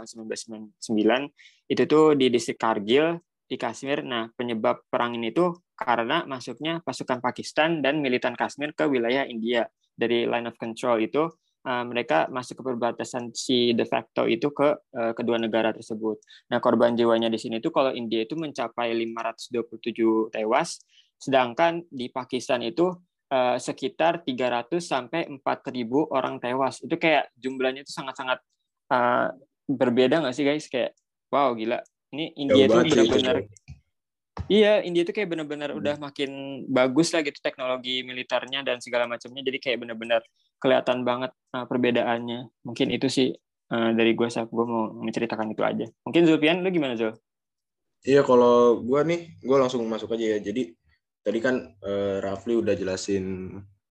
1999. Itu tuh di distrik Kargil, di Kashmir. Nah, penyebab perang ini tuh karena masuknya pasukan Pakistan dan militan Kashmir ke wilayah India. Dari line of control itu, mereka masuk ke perbatasan si de facto itu ke kedua negara tersebut. Nah, korban jiwanya di sini tuh kalau India itu mencapai 527 tewas, sedangkan di Pakistan itu sekitar 300 sampai 4.000 orang tewas. Itu kayak jumlahnya itu sangat-sangat berbeda nggak sih, guys? Kayak, wow, gila. Ini India tuh benar-benar India tuh kayak benar-benar udah makin bagus lah gitu teknologi militernya dan segala macamnya. Jadi kayak benar-benar kelihatan banget perbedaannya. Mungkin itu sih dari gue mau menceritakan itu aja. Mungkin Zulfian, lu gimana, Zul? Iya, kalau gue nih, gue langsung masuk aja ya. Jadi tadi kan Rafli udah jelasin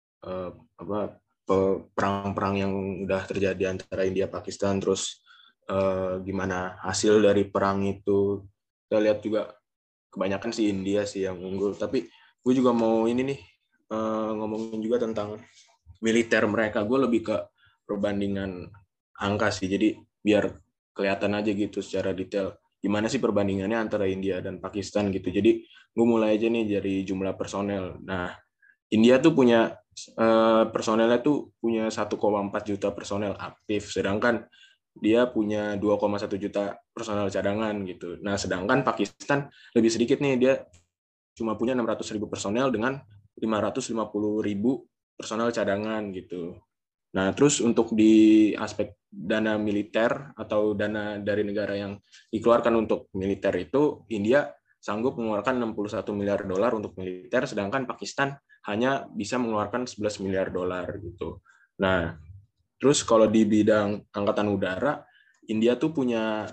perang-perang yang udah terjadi antara India Pakistan, terus gimana hasil dari perang itu. Kita lihat juga kebanyakan sih India sih yang unggul. Tapi gue juga mau ini nih ngomongin juga tentang militer mereka. Gue lebih ke perbandingan angka sih. Jadi biar kelihatan aja gitu secara detail gimana sih perbandingannya antara India dan Pakistan gitu. Jadi gue mulai aja nih dari jumlah personel. Nah, India tuh punya personelnya tuh punya 1,4 juta personel aktif, sedangkan dia punya 2,1 juta personel cadangan gitu. Nah, sedangkan Pakistan lebih sedikit nih, dia cuma punya 600.000 personel dengan 550.000 personel cadangan gitu. Nah, terus untuk di aspek dana militer atau dana dari negara yang dikeluarkan untuk militer itu, India sanggup mengeluarkan 61 miliar dolar untuk militer, sedangkan Pakistan hanya bisa mengeluarkan 11 miliar dolar gitu. Nah, terus kalau di bidang angkatan udara, India tuh punya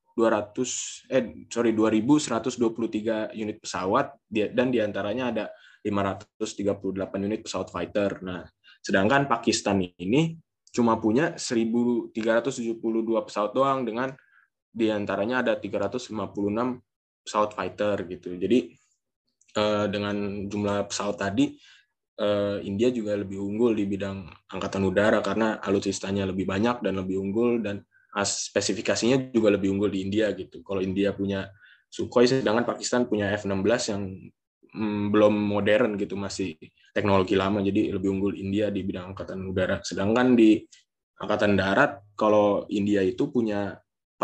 2.123 unit pesawat dan diantaranya ada 538 unit pesawat fighter. Nah, sedangkan Pakistan ini cuma punya 1.372 pesawat doang dengan diantaranya ada 356 pesawat fighter gitu. Jadi dengan jumlah pesawat tadi, India juga lebih unggul di bidang angkatan udara karena alutsistanya lebih banyak dan lebih unggul, dan spesifikasinya juga lebih unggul di India gitu. Kalau India punya Sukhoi, sedangkan Pakistan punya F-16 yang belum modern gitu, masih teknologi lama, jadi lebih unggul India di bidang angkatan udara. Sedangkan di angkatan darat, kalau India itu punya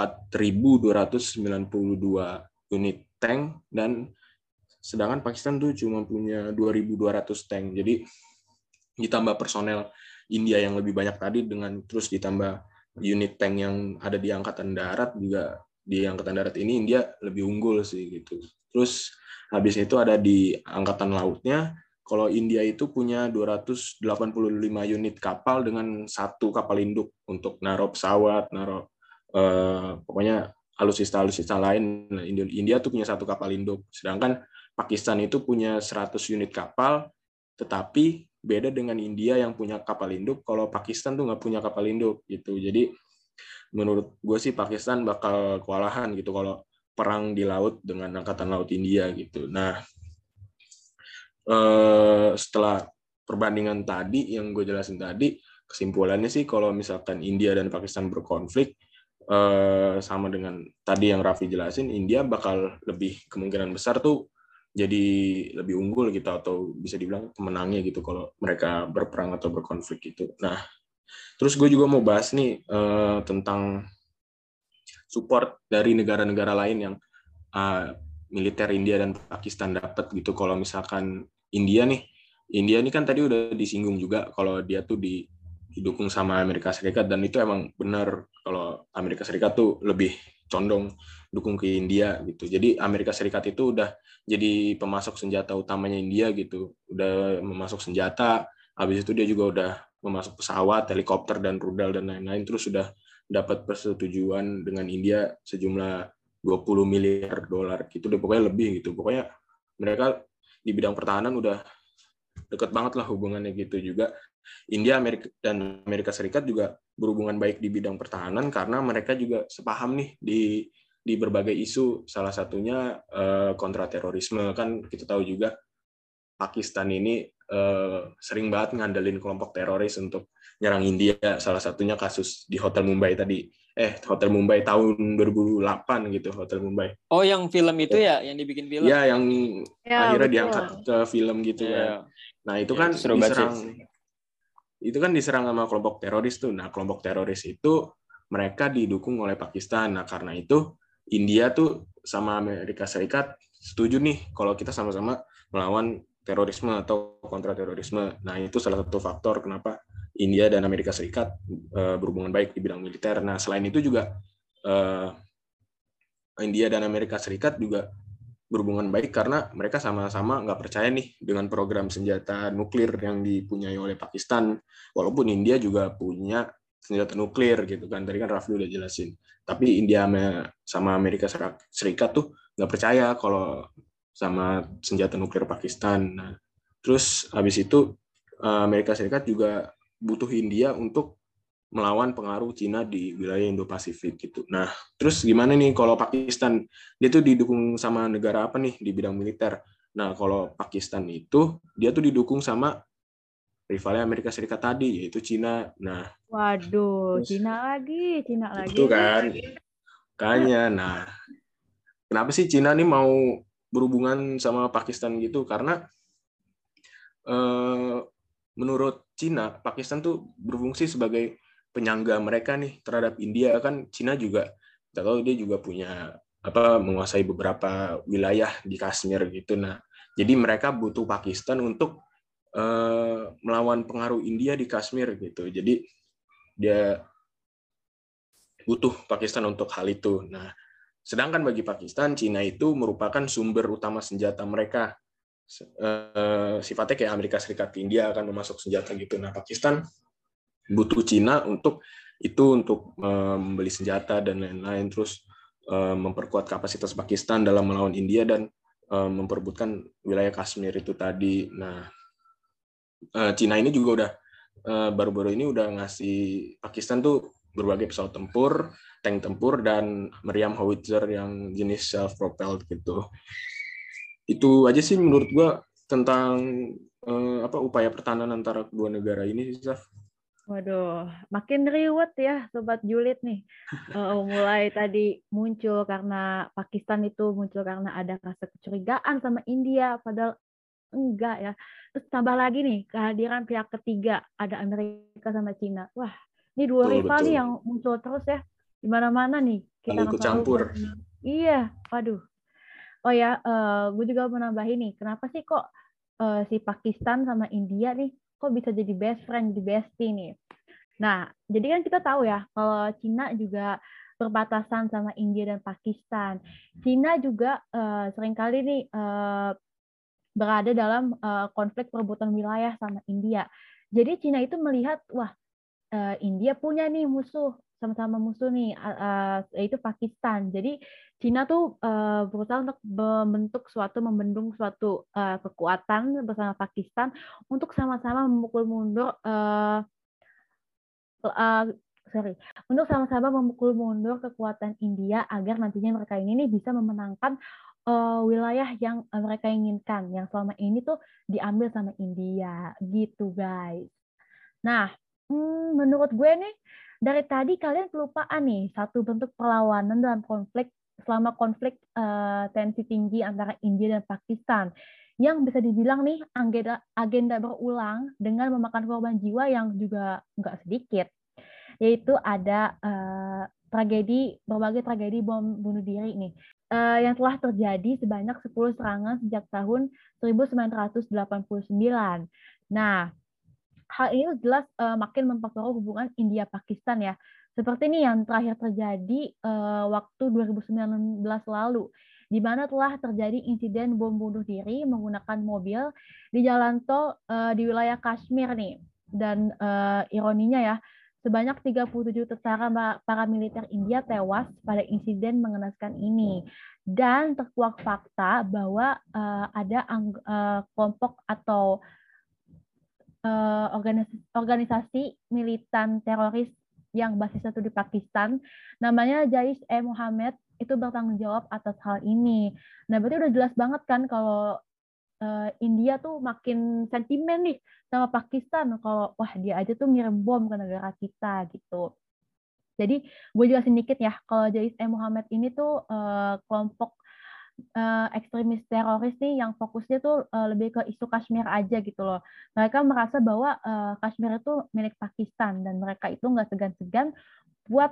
4.292 unit tank, dan sedangkan Pakistan tuh cuma punya 2.200 tank. Jadi ditambah personel India yang lebih banyak tadi, dengan terus ditambah unit tank yang ada di angkatan darat, juga di angkatan darat ini India lebih unggul sih gitu. Terus habis itu ada di angkatan lautnya, kalau India itu punya 285 unit kapal dengan satu kapal induk untuk naruh pesawat, pokoknya alutsista lain. India tuh punya satu kapal induk, sedangkan Pakistan itu punya 100 unit kapal, tetapi beda dengan India yang punya kapal induk, kalau Pakistan tuh nggak punya kapal induk gitu. Jadi menurut gue sih Pakistan bakal kewalahan gitu kalau perang di laut dengan angkatan laut India gitu. Nah, setelah perbandingan tadi yang gue jelasin tadi, kesimpulannya sih kalau misalkan India dan Pakistan berkonflik, sama dengan tadi yang Raffi jelasin, India bakal lebih kemungkinan besar tuh jadi lebih unggul gitu, atau bisa dibilang pemenangnya gitu kalau mereka berperang atau berkonflik gitu. Nah, terus gue juga mau bahas nih tentang support dari negara-negara lain yang militer India dan Pakistan dapat gitu. Kalau misalkan India nih kan tadi udah disinggung juga kalau dia tuh didukung sama Amerika Serikat, dan itu emang benar kalau Amerika Serikat tuh lebih condong dukung ke India gitu. Jadi Amerika Serikat itu udah jadi pemasok senjata utamanya India gitu. Udah memasok senjata, habis itu dia juga udah memasok pesawat, helikopter dan rudal dan lain-lain, terus sudah dapat persetujuan dengan India sejumlah 20 miliar dolar gitu, udah pokoknya lebih gitu. Pokoknya mereka di bidang pertahanan udah deket banget lah hubungannya gitu. Juga India dan Amerika Serikat juga berhubungan baik di bidang pertahanan karena mereka juga sepaham nih di berbagai isu, salah satunya kontra terorisme. Kan kita tahu juga Pakistan ini sering banget ngandelin kelompok teroris untuk nyerang India, salah satunya kasus di Hotel Mumbai tadi. Hotel Mumbai tahun 2008 gitu, Hotel Mumbai. Oh, yang film itu ya, yang dibikin film? Ya, yang Ya, akhirnya betul. diangkat ke film gitu kan. Nah, itu kan itu seru banget sih. diserang sama kelompok teroris tuh. Nah, kelompok teroris itu mereka didukung oleh Pakistan. Nah, karena itu India tuh sama Amerika Serikat setuju nih kalau kita sama-sama melawan terorisme atau kontra terorisme. Nah, itu salah satu faktor kenapa India dan Amerika Serikat berhubungan baik di bidang militer. Nah, selain itu juga India dan Amerika Serikat juga berhubungan baik karena mereka sama-sama nggak percaya nih dengan program senjata nuklir yang dipunyai oleh Pakistan. Walaupun India juga punya senjata nuklir gitu kan, tadi kan Rafli udah jelasin. Tapi India sama Amerika Serikat tuh nggak percaya kalau sama senjata nuklir Pakistan. Nah, terus habis itu Amerika Serikat juga butuh India untuk melawan pengaruh Cina di wilayah Indo-Pasifik gitu. Nah, terus gimana nih kalau Pakistan? Dia tuh didukung sama negara apa nih di bidang militer? Nah, kalau Pakistan itu dia tuh didukung sama rivalnya Amerika Serikat tadi, yaitu Cina. Nah, Waduh, Cina lagi itu nih. kan makanya. Nah, kenapa sih Cina nih mau berhubungan sama Pakistan gitu? Karena menurut Cina, Pakistan tuh berfungsi sebagai penyangga mereka nih terhadap India. Kan Cina juga, kita tahu dia juga punya menguasai beberapa wilayah di Kashmir gitu. Nah, jadi mereka butuh Pakistan untuk melawan pengaruh India di Kashmir gitu. Jadi dia butuh Pakistan untuk hal itu. Nah, sedangkan bagi Pakistan, Cina itu merupakan sumber utama senjata mereka. Sifatnya kayak Amerika Serikat ke India akan memasok senjata gitu. Nah, Pakistan butuh Cina untuk membeli senjata dan lain-lain, terus memperkuat kapasitas Pakistan dalam melawan India dan memperebutkan wilayah Kashmir itu tadi. Nah, Cina ini juga udah baru-baru ini udah ngasih Pakistan tuh berbagai pesawat tempur, tank tempur, dan meriam howitzer yang jenis self-propelled gitu. Itu aja sih menurut gua tentang upaya pertahanan antara kedua negara ini sih, Saf. Waduh, makin riwet ya Sobat Julid nih. Mulai tadi muncul karena Pakistan itu muncul karena ada rasa kecurigaan sama India, padahal enggak ya. Terus tambah lagi nih kehadiran pihak ketiga, ada Amerika sama Cina. Wah, ini dua rival nih yang muncul terus ya. Di mana-mana nih kita ikut campur. Iya, waduh. Oh ya, gue juga mau nambahin nih, kenapa sih kok si Pakistan sama India nih kok bisa jadi best friend, jadi bestie nih. Nah, jadi kan kita tahu ya, kalau Cina juga berbatasan sama India dan Pakistan. Cina juga seringkali nih berada dalam konflik perebutan wilayah sama India. Jadi Cina itu melihat, wah, India punya nih musuh sama-sama musuh nih, yaitu Pakistan. Jadi Cina tuh berusaha untuk membendung suatu kekuatan bersama Pakistan untuk sama-sama memukul mundur untuk sama-sama memukul mundur kekuatan India agar nantinya mereka ini nih bisa memenangkan wilayah yang mereka inginkan, yang selama ini tuh diambil sama India, gitu guys. Nah, menurut gue nih, dari tadi kalian kelupaan nih satu bentuk perlawanan dalam selama konflik tensi tinggi antara India dan Pakistan, yang bisa dibilang nih agenda berulang dengan memakan korban jiwa yang juga nggak sedikit, yaitu ada berbagai tragedi bom bunuh diri nih yang telah terjadi sebanyak 10 serangan sejak tahun 1989. Nah, hal ini jelas makin memperkeruh hubungan India-Pakistan ya. Seperti ini yang terakhir terjadi waktu 2019 lalu, di mana telah terjadi insiden bom bunuh diri menggunakan mobil di jalan tol di wilayah Kashmir nih. Dan ironinya ya, sebanyak 37 tentara paramiliter India tewas pada insiden mengenaskan ini. Dan terkuak fakta bahwa ada kelompok atau organisasi militan teroris yang basisnya itu di Pakistan, namanya Jaish-e-Mohammed, itu bertanggung jawab atas hal ini. Nah, berarti udah jelas banget kan kalau India tuh makin sentimen nih sama Pakistan, kalau wah dia aja tuh ngirim bom ke negara kita gitu. Jadi gue jelasin dikit ya, kalau Jaish-e-Mohammed ini tuh kelompok ekstremis teroris nih yang fokusnya tuh lebih ke isu Kashmir aja gitu loh. Mereka merasa bahwa Kashmir itu milik Pakistan dan mereka itu nggak segan-segan buat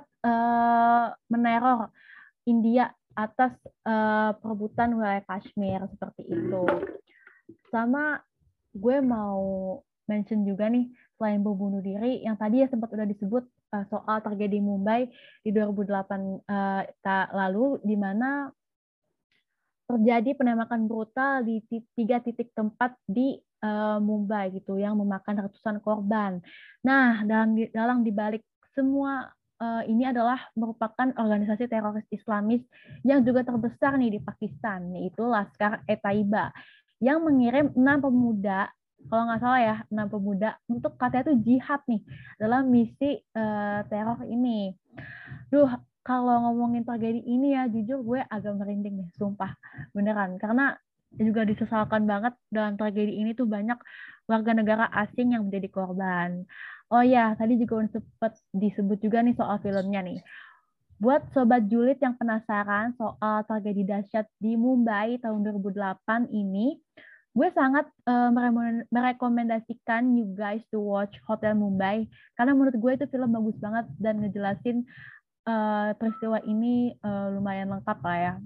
meneror India atas perebutan wilayah Kashmir seperti itu. Sama gue mau mention juga nih, selain bom bunuh diri yang tadi ya sempat udah disebut soal tragedi Mumbai di 2008 lalu, di mana terjadi penembakan brutal di 3 titik tempat di Mumbai gitu yang memakan ratusan korban. Nah, dalam dibalik semua ini adalah merupakan organisasi teroris Islamis yang juga terbesar nih di Pakistan, yaitu Laskar-e-Taiba, yang mengirim 6 pemuda, kalau nggak salah ya, 6 pemuda untuk katanya itu jihad nih dalam misi teror ini. Duh, kalau ngomongin tragedi ini ya, jujur gue agak merinding nih, sumpah. Beneran, karena juga disesalkan banget dalam tragedi ini tuh banyak warga negara asing yang menjadi korban. Oh ya, tadi juga sempat disebut juga nih soal filmnya nih. Buat Sobat Julid yang penasaran soal tragedi dahsyat di Mumbai tahun 2008 ini, gue sangat merekomendasikan you guys to watch Hotel Mumbai, karena menurut gue itu film bagus banget dan ngejelasin peristiwa ini lumayan lengkap lah ya.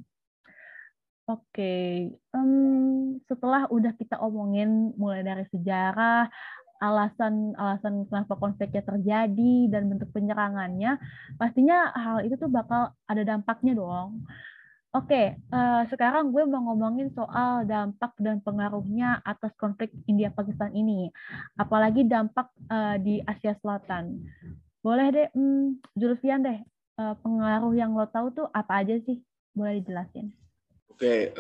Oke, setelah udah kita omongin mulai dari sejarah, alasan kenapa konfliknya terjadi, dan bentuk penyerangannya, pastinya hal itu tuh bakal ada dampaknya dong. Oke, sekarang gue mau ngomongin soal dampak dan pengaruhnya atas konflik India-Pakistan ini, apalagi dampak di Asia Selatan. Boleh deh, Zulfian deh, pengaruh yang lo tahu tuh apa aja sih? Boleh dijelasin? Oke,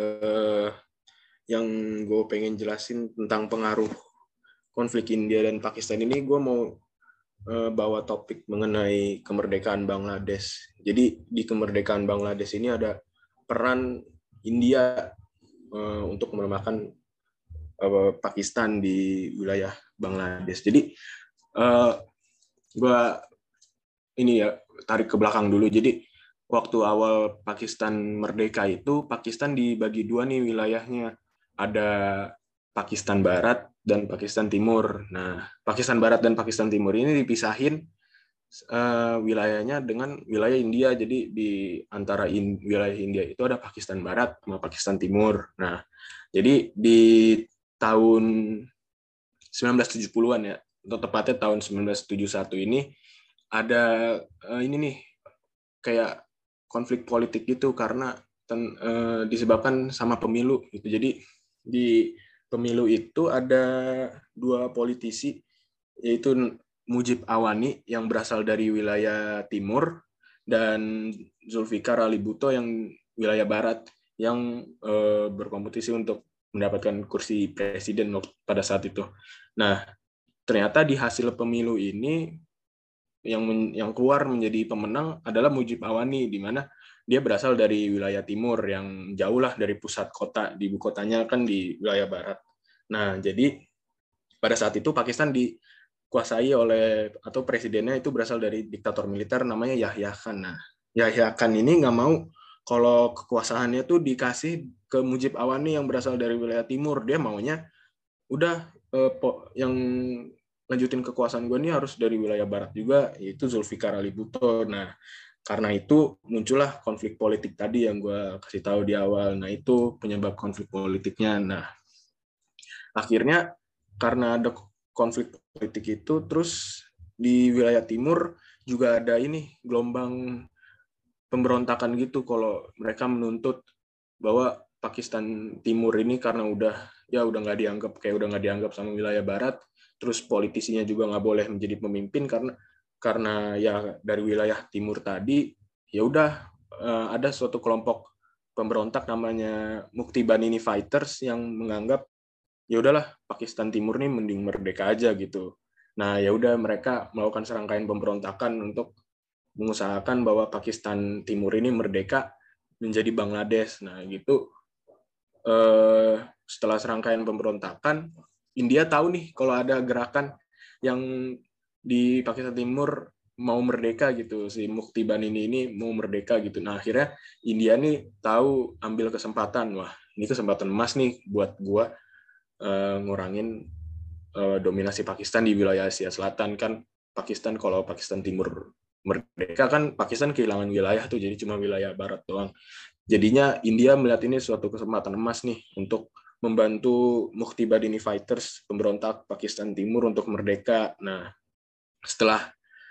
yang gue pengen jelasin tentang pengaruh konflik India dan Pakistan ini, gue mau bawa topik mengenai kemerdekaan Bangladesh. Jadi di kemerdekaan Bangladesh ini ada peran India untuk melemahkan Pakistan di wilayah Bangladesh. Jadi gue ini ya tarik ke belakang dulu. Jadi waktu awal Pakistan merdeka itu, Pakistan dibagi dua nih wilayahnya. Ada Pakistan Barat dan Pakistan Timur. Nah, Pakistan Barat dan Pakistan Timur ini dipisahin wilayahnya dengan wilayah India. Jadi di antara wilayah India itu ada Pakistan Barat sama Pakistan Timur. Nah, jadi di tahun 1970-an ya, atau tepatnya tahun 1971 ini ada ini nih kayak konflik politik gitu karena disebabkan sama pemilu gitu. Jadi di pemilu itu ada dua politisi, yaitu Mujib Awani yang berasal dari wilayah timur dan Zulfikar Ali Bhutto yang wilayah barat yang berkompetisi untuk mendapatkan kursi presiden pada saat itu. Nah, ternyata di hasil pemilu ini yang keluar menjadi pemenang adalah Mujib Awani, di mana dia berasal dari wilayah timur yang jauh lah dari pusat kota, di ibu kotanya kan di wilayah barat. Nah, jadi pada saat itu Pakistan dikuasai oleh, atau presidennya itu berasal dari diktator militer namanya Yahya Khan. Nah, Yahya Khan ini nggak mau kalau kekuasaannya tuh dikasih ke Mujib Awani yang berasal dari wilayah timur. Dia maunya udah yang lanjutin kekuasaan gue ini harus dari wilayah barat juga, yaitu Zulfikar Ali Bhutto. Nah, karena itu muncullah konflik politik tadi yang gue kasih tahu di awal. Nah, itu penyebab konflik politiknya. Nah, akhirnya karena ada konflik politik itu, terus di wilayah timur juga ada ini gelombang pemberontakan gitu, kalau mereka menuntut bahwa Pakistan Timur ini karena udah nggak dianggap sama wilayah barat, terus politisinya juga nggak boleh menjadi pemimpin karena ya dari wilayah timur tadi, ya udah ada suatu kelompok pemberontak namanya Mukti Banini Fighters yang menganggap ya udahlah Pakistan Timur nih mending merdeka aja gitu. Nah, ya udah mereka melakukan serangkaian pemberontakan untuk mengusahakan bahwa Pakistan Timur ini merdeka menjadi Bangladesh. Nah, gitu. Setelah serangkaian pemberontakan, India tahu nih kalau ada gerakan yang di Pakistan Timur mau merdeka gitu, si Mukti Banini ini mau merdeka gitu. Nah, akhirnya India nih tahu, ambil kesempatan, wah ini kesempatan emas nih buat gua ngurangin dominasi Pakistan di wilayah Asia Selatan. Kan Pakistan, kalau Pakistan Timur merdeka kan Pakistan kehilangan wilayah tuh, jadi cuma wilayah barat doang. Jadinya India melihat ini suatu kesempatan emas nih untuk membantu Mukti Banini Fighters, pemberontak Pakistan Timur untuk merdeka. Nah, setelah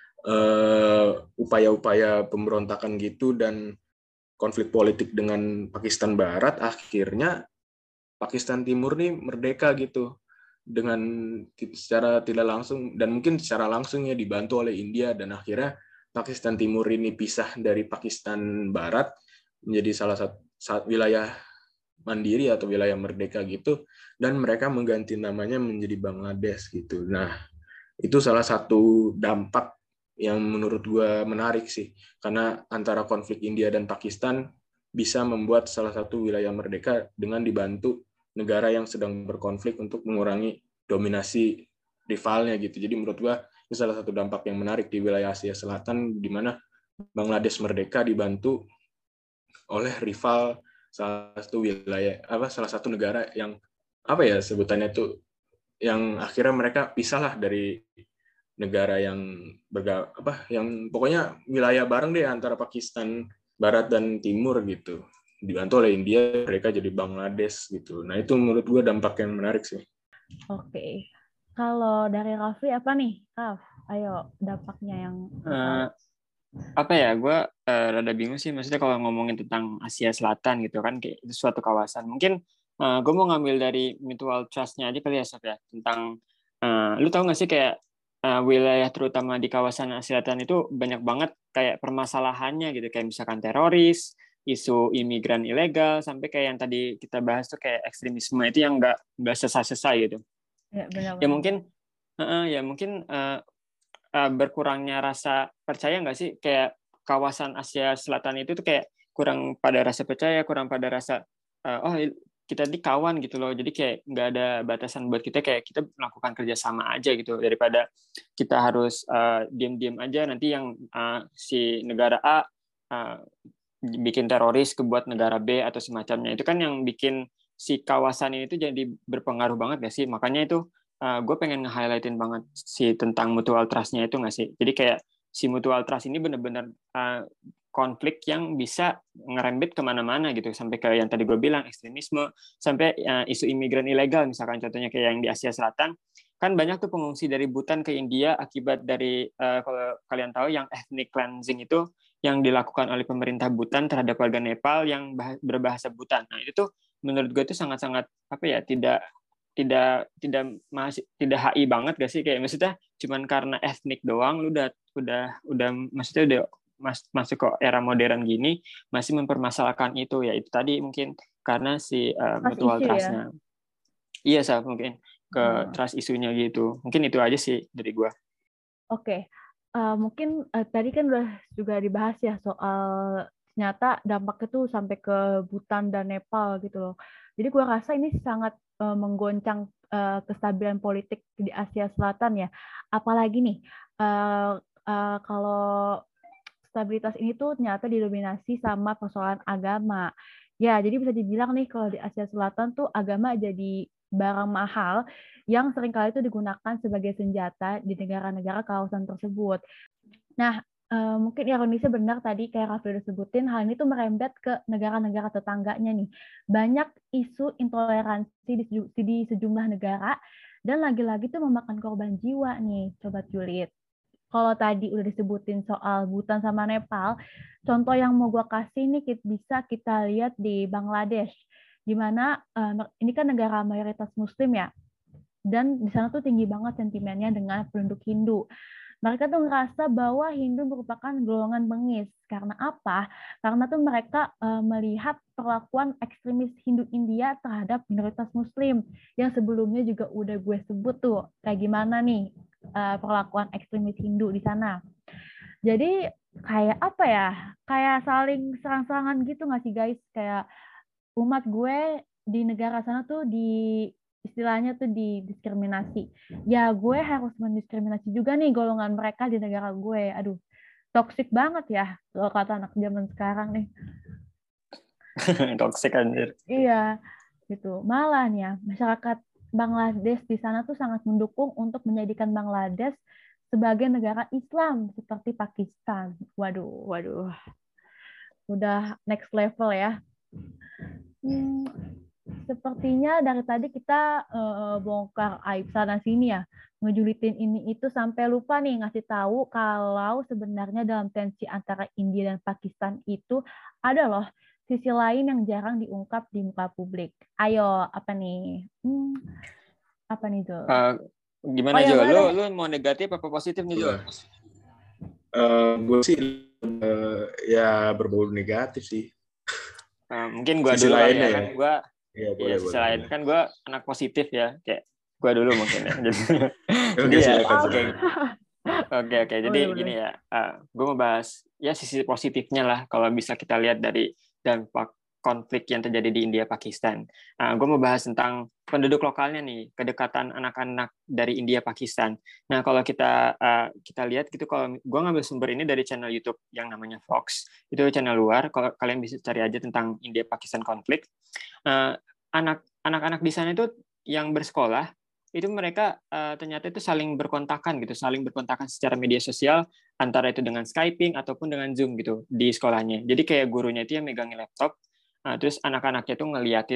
upaya-upaya pemberontakan gitu dan konflik politik dengan Pakistan Barat, akhirnya Pakistan Timur nih merdeka gitu dengan secara tidak langsung dan mungkin secara langsung ya dibantu oleh India, dan akhirnya Pakistan Timur ini pisah dari Pakistan Barat menjadi salah satu wilayah mandiri atau wilayah merdeka gitu, dan mereka mengganti namanya menjadi Bangladesh gitu. Nah, itu salah satu dampak yang menurut gue menarik sih, karena antara konflik India dan Pakistan bisa membuat salah satu wilayah merdeka dengan dibantu negara yang sedang berkonflik untuk mengurangi dominasi rivalnya gitu. Jadi menurut gue itu salah satu dampak yang menarik di wilayah Asia Selatan, di mana Bangladesh merdeka dibantu oleh rival salah satu negara yang sebutannya tuh, yang akhirnya mereka pisahlah dari negara yang yang pokoknya wilayah bareng deh antara Pakistan Barat dan Timur gitu, dibantu oleh India, mereka jadi Bangladesh gitu. Nah, itu menurut gue dampak yang menarik sih. Oke. Kalau dari Raffi apa nih? Raf, ayo dampaknya yang gue rada bingung sih, maksudnya kalau ngomongin tentang Asia Selatan gitu kan, kayak itu suatu kawasan. Mungkin gue mau ngambil dari mutual trust-nya aja kali ya, Sof, ya, tentang lu tahu nggak sih kayak wilayah terutama di kawasan Asia Selatan itu banyak banget kayak permasalahannya gitu, kayak misalkan teroris, isu imigran ilegal, sampai kayak yang tadi kita bahas tuh kayak ekstremisme itu yang nggak selesai gitu. Ya, benar-benar. Ya mungkin berkurangnya rasa percaya nggak sih, kayak kawasan Asia Selatan itu tuh kayak kurang pada rasa percaya, kurang pada rasa kita di kawan gitu loh, jadi kayak nggak ada batasan buat kita, kayak kita melakukan kerjasama aja gitu, daripada kita harus diam-diam aja nanti yang si negara A bikin teroris ke buat negara B atau semacamnya. Itu kan yang bikin si kawasan ini tuh jadi berpengaruh banget nggak sih? Makanya itu gue pengen nge-highlightin banget si tentang mutual trust-nya itu nggak sih? Jadi kayak si mutual trust ini benar-benar konflik yang bisa ngerembet kemana-mana gitu, sampai ke yang tadi gue bilang ekstremisme, sampai isu imigran ilegal misalkan, contohnya kayak yang di Asia Selatan kan banyak tuh pengungsi dari Bhutan ke India akibat dari kalau kalian tahu yang ethnic cleansing itu yang dilakukan oleh pemerintah Bhutan terhadap warga Nepal yang berbahasa Bhutan. Nah, itu tuh menurut gue itu sangat-sangat tidak tidak HI banget gak sih, kayak maksudnya cuman karena etnik doang lu udah maksudnya udah masuk ke era modern gini masih mempermasalahkan itu, ya itu tadi mungkin karena si mutual isu ya. trust-nya. Iya sah, mungkin ke Oh. trust isunya gitu. Mungkin itu aja sih dari gua. Oke. Mungkin tadi kan udah juga dibahas ya soal ternyata dampaknya tuh sampai ke Bhutan dan Nepal gitu loh. Jadi gue rasa ini sangat menggoncang kestabilan politik di Asia Selatan ya. Apalagi nih kalau stabilitas ini tuh ternyata didominasi sama persoalan agama. Ya, jadi bisa dibilang nih kalau di Asia Selatan tuh agama jadi barang mahal yang seringkali itu digunakan sebagai senjata di negara-negara kawasan tersebut. Nah, mungkin ironisnya benar tadi kayak Raffi udah sebutin, hal ini tuh merembet ke negara-negara tetangganya nih. Banyak isu intoleransi di sejumlah negara, dan lagi-lagi tuh memakan korban jiwa nih, Sobat Julid. Kalau tadi udah disebutin soal Bhutan sama Nepal, contoh yang mau gue kasih nih bisa kita lihat di Bangladesh, di mana ini kan negara mayoritas Muslim ya, dan di sana tuh tinggi banget sentimennya dengan penduduk Hindu. Mereka tuh ngerasa bahwa Hindu merupakan golongan bengis. Karena apa? Karena tuh mereka melihat perlakuan ekstremis Hindu India terhadap minoritas Muslim yang sebelumnya juga udah gue sebut tuh kayak gimana nih perlakuan ekstremis Hindu di sana. Jadi kayak apa ya? Kayak saling serang-serangan gitu nggak sih guys? Kayak umat gue di negara sana tuh istilahnya tuh didiskriminasi. Ya gue harus mendiskriminasi juga nih golongan mereka di negara gue. Aduh, toksik banget ya kalau kata anak zaman sekarang nih. Toxic anjir. Iya, gitu. Malah nih ya, masyarakat Bangladesh di sana tuh sangat mendukung untuk menjadikan Bangladesh sebagai negara Islam seperti Pakistan. Waduh. Udah next level ya. Sepertinya dari tadi kita bongkar aib sana sini ya, ngejulitin ini itu sampai lupa nih ngasih tahu kalau sebenarnya dalam tensi antara India dan Pakistan itu ada loh sisi lain yang jarang diungkap di muka publik. Ayo, apa nih? Apa nih, Jul? Gimana, Jo? Lu mau negatif apa positif nih, Jo? Gue sih ya berbau negatif sih. Mungkin gue dulu kali ya, kan gue sisi lain kan gue anak positif ya, kayak gue dulu mungkin ya. Jadi ya, oke. Jadi gini ya, gue mau bahas ya sisi positifnya lah kalau bisa kita lihat dari dampak konflik yang terjadi di India Pakistan. Gue mau bahas tentang penduduk lokalnya nih, kedekatan anak-anak dari India Pakistan. Nah, kalau kita lihat gitu, kalau gue ngambil sumber ini dari channel YouTube yang namanya Fox, itu channel luar. Kalau kalian bisa cari aja tentang India Pakistan konflik. Anak-anak di sana itu yang bersekolah itu mereka ternyata itu saling berkontakan secara media sosial, antara itu dengan Skyping ataupun dengan Zoom gitu di sekolahnya. Jadi kayak gurunya itu yang megangin laptop. Terus anak-anaknya tuh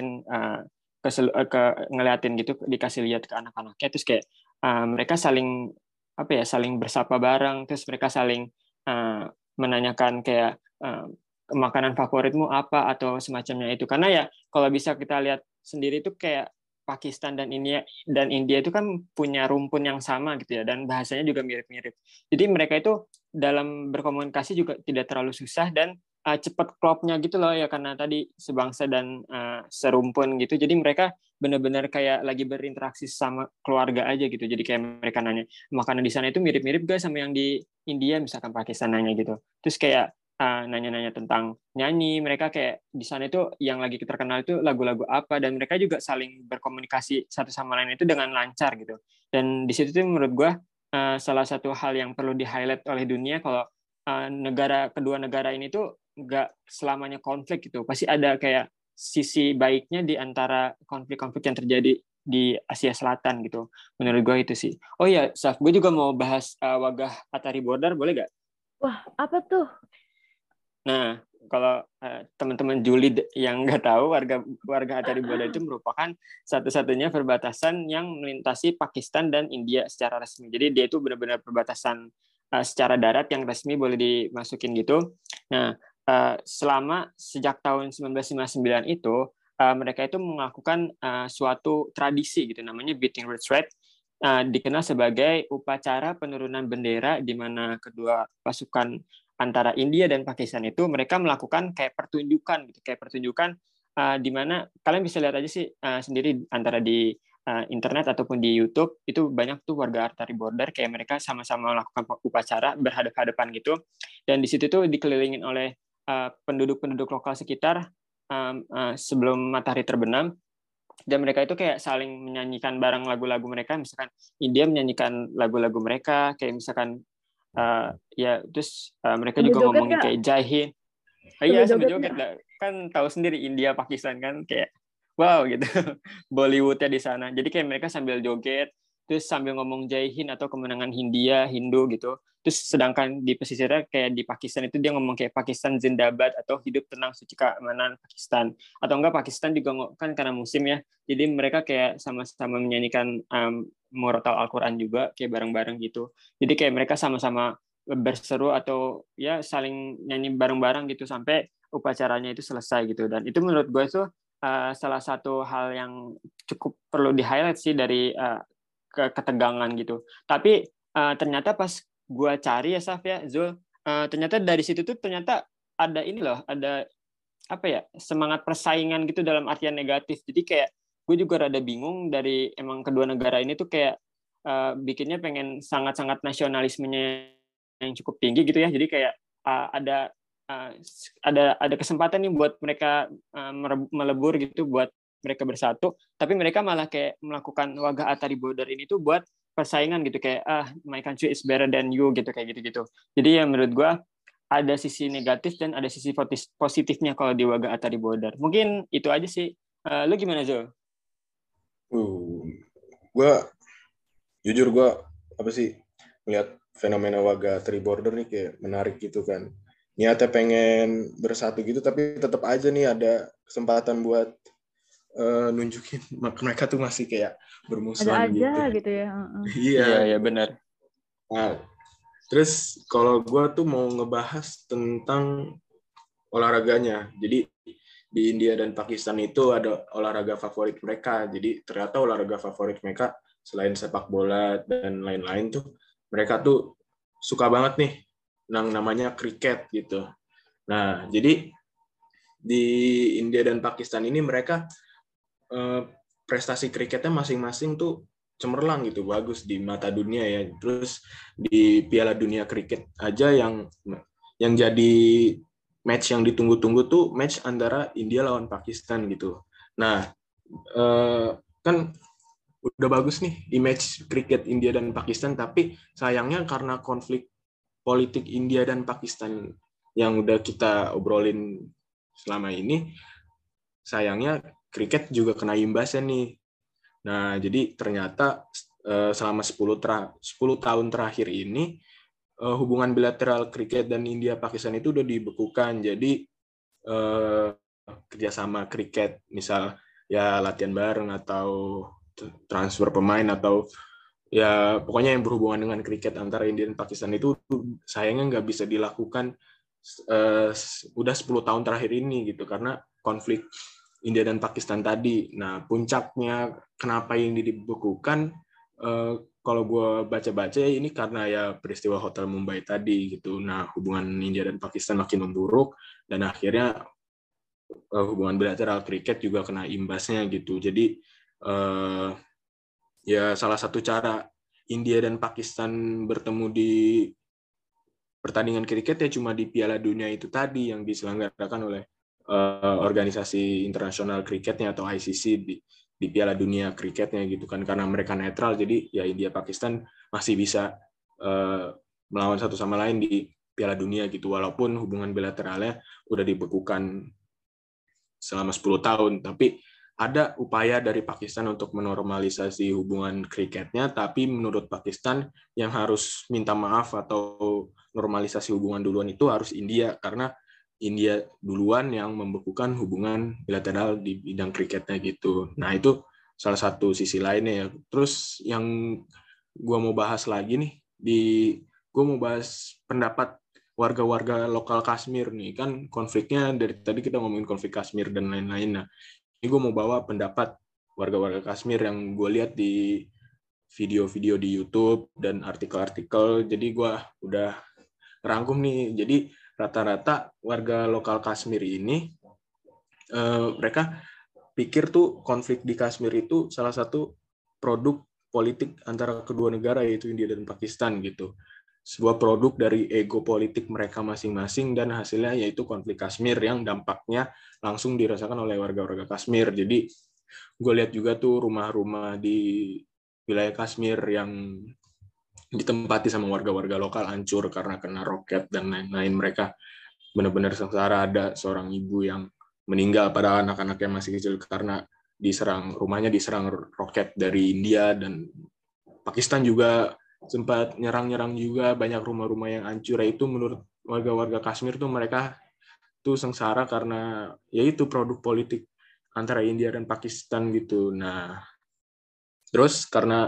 ngeliatin gitu, dikasih lihat ke anak-anaknya, terus kayak mereka saling bersapa bareng, terus mereka saling menanyakan kayak makanan favoritmu apa atau semacamnya itu. Karena ya kalau bisa kita lihat sendiri itu kayak Pakistan dan India itu kan punya rumpun yang sama gitu ya, dan bahasanya juga mirip-mirip. Jadi mereka itu dalam berkomunikasi juga tidak terlalu susah dan cepat klopnya gitu loh ya, karena tadi sebangsa dan serumpun gitu. Jadi mereka benar-benar kayak lagi berinteraksi sama keluarga aja gitu. Jadi kayak mereka nanya, makanan di sana itu mirip-mirip gak sama yang di India, misalkan Pakistan nanya gitu. Terus kayak nanya-nanya tentang nyanyi, mereka kayak di sana itu yang lagi terkenal itu lagu-lagu apa, dan mereka juga saling berkomunikasi satu sama lain itu dengan lancar gitu. Dan di situ tuh menurut gue salah satu hal yang perlu di-highlight oleh dunia, kalau kedua negara ini tuh nggak selamanya konflik gitu, pasti ada kayak sisi baiknya di antara konflik-konflik yang terjadi di Asia Selatan gitu. Menurut gue itu sih. Oh ya, Saf, gue juga mau bahas Wagah Atari Border, boleh nggak? Wah, apa tuh? Nah, kalau teman-teman julid yang nggak tahu, warga Atari Border itu merupakan satu-satunya perbatasan yang melintasi Pakistan dan India secara resmi. Jadi dia itu benar-benar perbatasan secara darat yang resmi boleh dimasukin gitu. Nah, sejak tahun 1959 itu mereka itu melakukan suatu tradisi gitu, namanya beating retreat, dikenal sebagai upacara penurunan bendera, di mana kedua pasukan antara India dan Pakistan itu mereka melakukan kayak pertunjukan gitu, di mana kalian bisa lihat aja sih sendiri antara di internet ataupun di YouTube, itu banyak tuh warga Artari Border kayak mereka sama-sama melakukan upacara berhadap-hadapan gitu, dan di situ tuh dikelilingin oleh penduduk-penduduk lokal sekitar sebelum matahari terbenam, dan mereka itu kayak saling menyanyikan bareng lagu-lagu mereka. Misalkan India menyanyikan lagu-lagu mereka, kayak misalkan ya terus mereka Sambil juga joget ngomongin nggak? kayak Jai Hind. Iya, sambil joget lah. Kan tahu sendiri India Pakistan kan kayak wow gitu. Bollywoodnya di sana. Jadi kayak mereka sambil joget, terus sambil ngomong Jai Hind atau kemenangan Hindia, Hindu gitu. Terus sedangkan di pesisirnya kayak di Pakistan itu dia ngomong kayak Pakistan Zindabad atau hidup tenang suci keamanan Pakistan. Atau enggak, Pakistan juga kan karena musim ya. Jadi mereka kayak sama-sama menyanyikan murotal Al-Quran juga kayak bareng-bareng gitu. Jadi kayak mereka sama-sama berseru atau ya saling nyanyi bareng-bareng gitu sampai upacaranya itu selesai gitu. Dan itu menurut gue tuh salah satu hal yang cukup perlu di-highlight sih dari ketegangan gitu. Tapi ternyata pas gue cari ya Saf ya Zul, ternyata dari situ tuh ternyata ada ini loh, ada apa ya, semangat persaingan gitu dalam artian negatif. Jadi kayak gue juga rada bingung dari emang kedua negara ini tuh kayak bikinnya pengen sangat-sangat nasionalismenya yang cukup tinggi gitu ya. Jadi kayak ada kesempatan nih buat mereka melebur gitu, buat mereka bersatu, tapi mereka malah kayak melakukan Wagah Atari Border ini tuh buat persaingan gitu, kayak my country is better than you gitu, kayak gitu-gitu. Jadi ya menurut gue ada sisi negatif dan ada sisi positifnya kalau di Wagah Atari Border. Mungkin itu aja sih. Lu gimana, Jo? Gue jujur gue apa sih melihat fenomena Wagah Atari Border nih kayak menarik gitu kan. Niatnya pengen bersatu gitu, tapi tetap aja nih ada kesempatan buat nunjukin mereka tuh masih kayak bermusuhan Ada gitu. aja gitu ya. Iya benar. Nah, terus kalau gue tuh mau ngebahas tentang olahraganya. Jadi di India dan Pakistan itu ada olahraga favorit mereka. Jadi ternyata olahraga favorit mereka selain sepak bola dan lain-lain tuh, mereka tuh suka banget nih yang namanya kriket gitu. Nah, jadi di India dan Pakistan ini mereka prestasi kriketnya masing-masing tuh cemerlang gitu, bagus di mata dunia ya. Terus di Piala Dunia Kriket aja yang jadi match yang ditunggu-tunggu tuh match antara India lawan Pakistan gitu. Nah, kan udah bagus nih di match kriket India dan Pakistan, tapi sayangnya karena konflik politik India dan Pakistan yang udah kita obrolin selama ini, sayangnya kriket juga kena imbasnya nih. Nah, jadi ternyata selama 10 tahun terakhir ini hubungan bilateral kriket dan India Pakistan itu udah dibekukan. Jadi kerjasama kriket, misal ya latihan bareng atau transfer pemain atau ya pokoknya yang berhubungan dengan kriket antara India dan Pakistan itu sayangnya nggak bisa dilakukan udah 10 tahun terakhir ini gitu karena konflik India dan Pakistan tadi. Nah, puncaknya kenapa ini dibekukan, kalau gue baca-baca ini karena ya peristiwa Hotel Mumbai tadi gitu. Nah, hubungan India dan Pakistan makin memburuk dan akhirnya hubungan bilateral kriket juga kena imbasnya gitu. Jadi ya salah satu cara India dan Pakistan bertemu di pertandingan kriket ya cuma di Piala Dunia itu tadi yang diselenggarakan oleh organisasi internasional kriketnya atau ICC di Piala Dunia kriketnya gitu kan, karena mereka netral jadi ya India Pakistan masih bisa melawan satu sama lain di Piala Dunia gitu, walaupun hubungan bilateralnya udah dibekukan selama 10 tahun, tapi ada upaya dari Pakistan untuk menormalisasi hubungan kriketnya, tapi menurut Pakistan yang harus minta maaf atau normalisasi hubungan duluan itu harus India, karena India duluan yang membekukan hubungan bilateral di bidang kriketnya gitu. Nah, itu salah satu sisi lainnya ya. Terus yang gue mau bahas lagi nih, gue mau bahas pendapat warga-warga lokal Kashmir nih. Kan konfliknya dari tadi kita ngomongin konflik Kashmir dan lain-lain. Nah, Ini gue mau bawa pendapat warga-warga Kashmir yang gue lihat di video-video di YouTube dan artikel-artikel. Jadi gue udah rangkum nih. Jadi rata-rata warga lokal Kashmir ini mereka pikir tuh konflik di Kashmir itu salah satu produk politik antara kedua negara, yaitu India dan Pakistan gitu. Sebuah produk dari ego politik mereka masing-masing, dan hasilnya yaitu konflik Kashmir yang dampaknya langsung dirasakan oleh warga-warga Kashmir. Jadi gue lihat juga tuh rumah-rumah di wilayah Kashmir yang ditempati sama warga-warga lokal hancur karena kena roket dan lain-lain. Mereka benar-benar sengsara. Ada seorang ibu yang meninggal pada anak-anak yang masih kecil karena rumahnya diserang roket dari India, dan Pakistan juga sempat nyerang-nyerang juga, banyak rumah-rumah yang hancur. Itu menurut warga-warga Kashmir tuh mereka tuh sengsara karena yaitu produk politik antara India dan Pakistan gitu. Nah, terus karena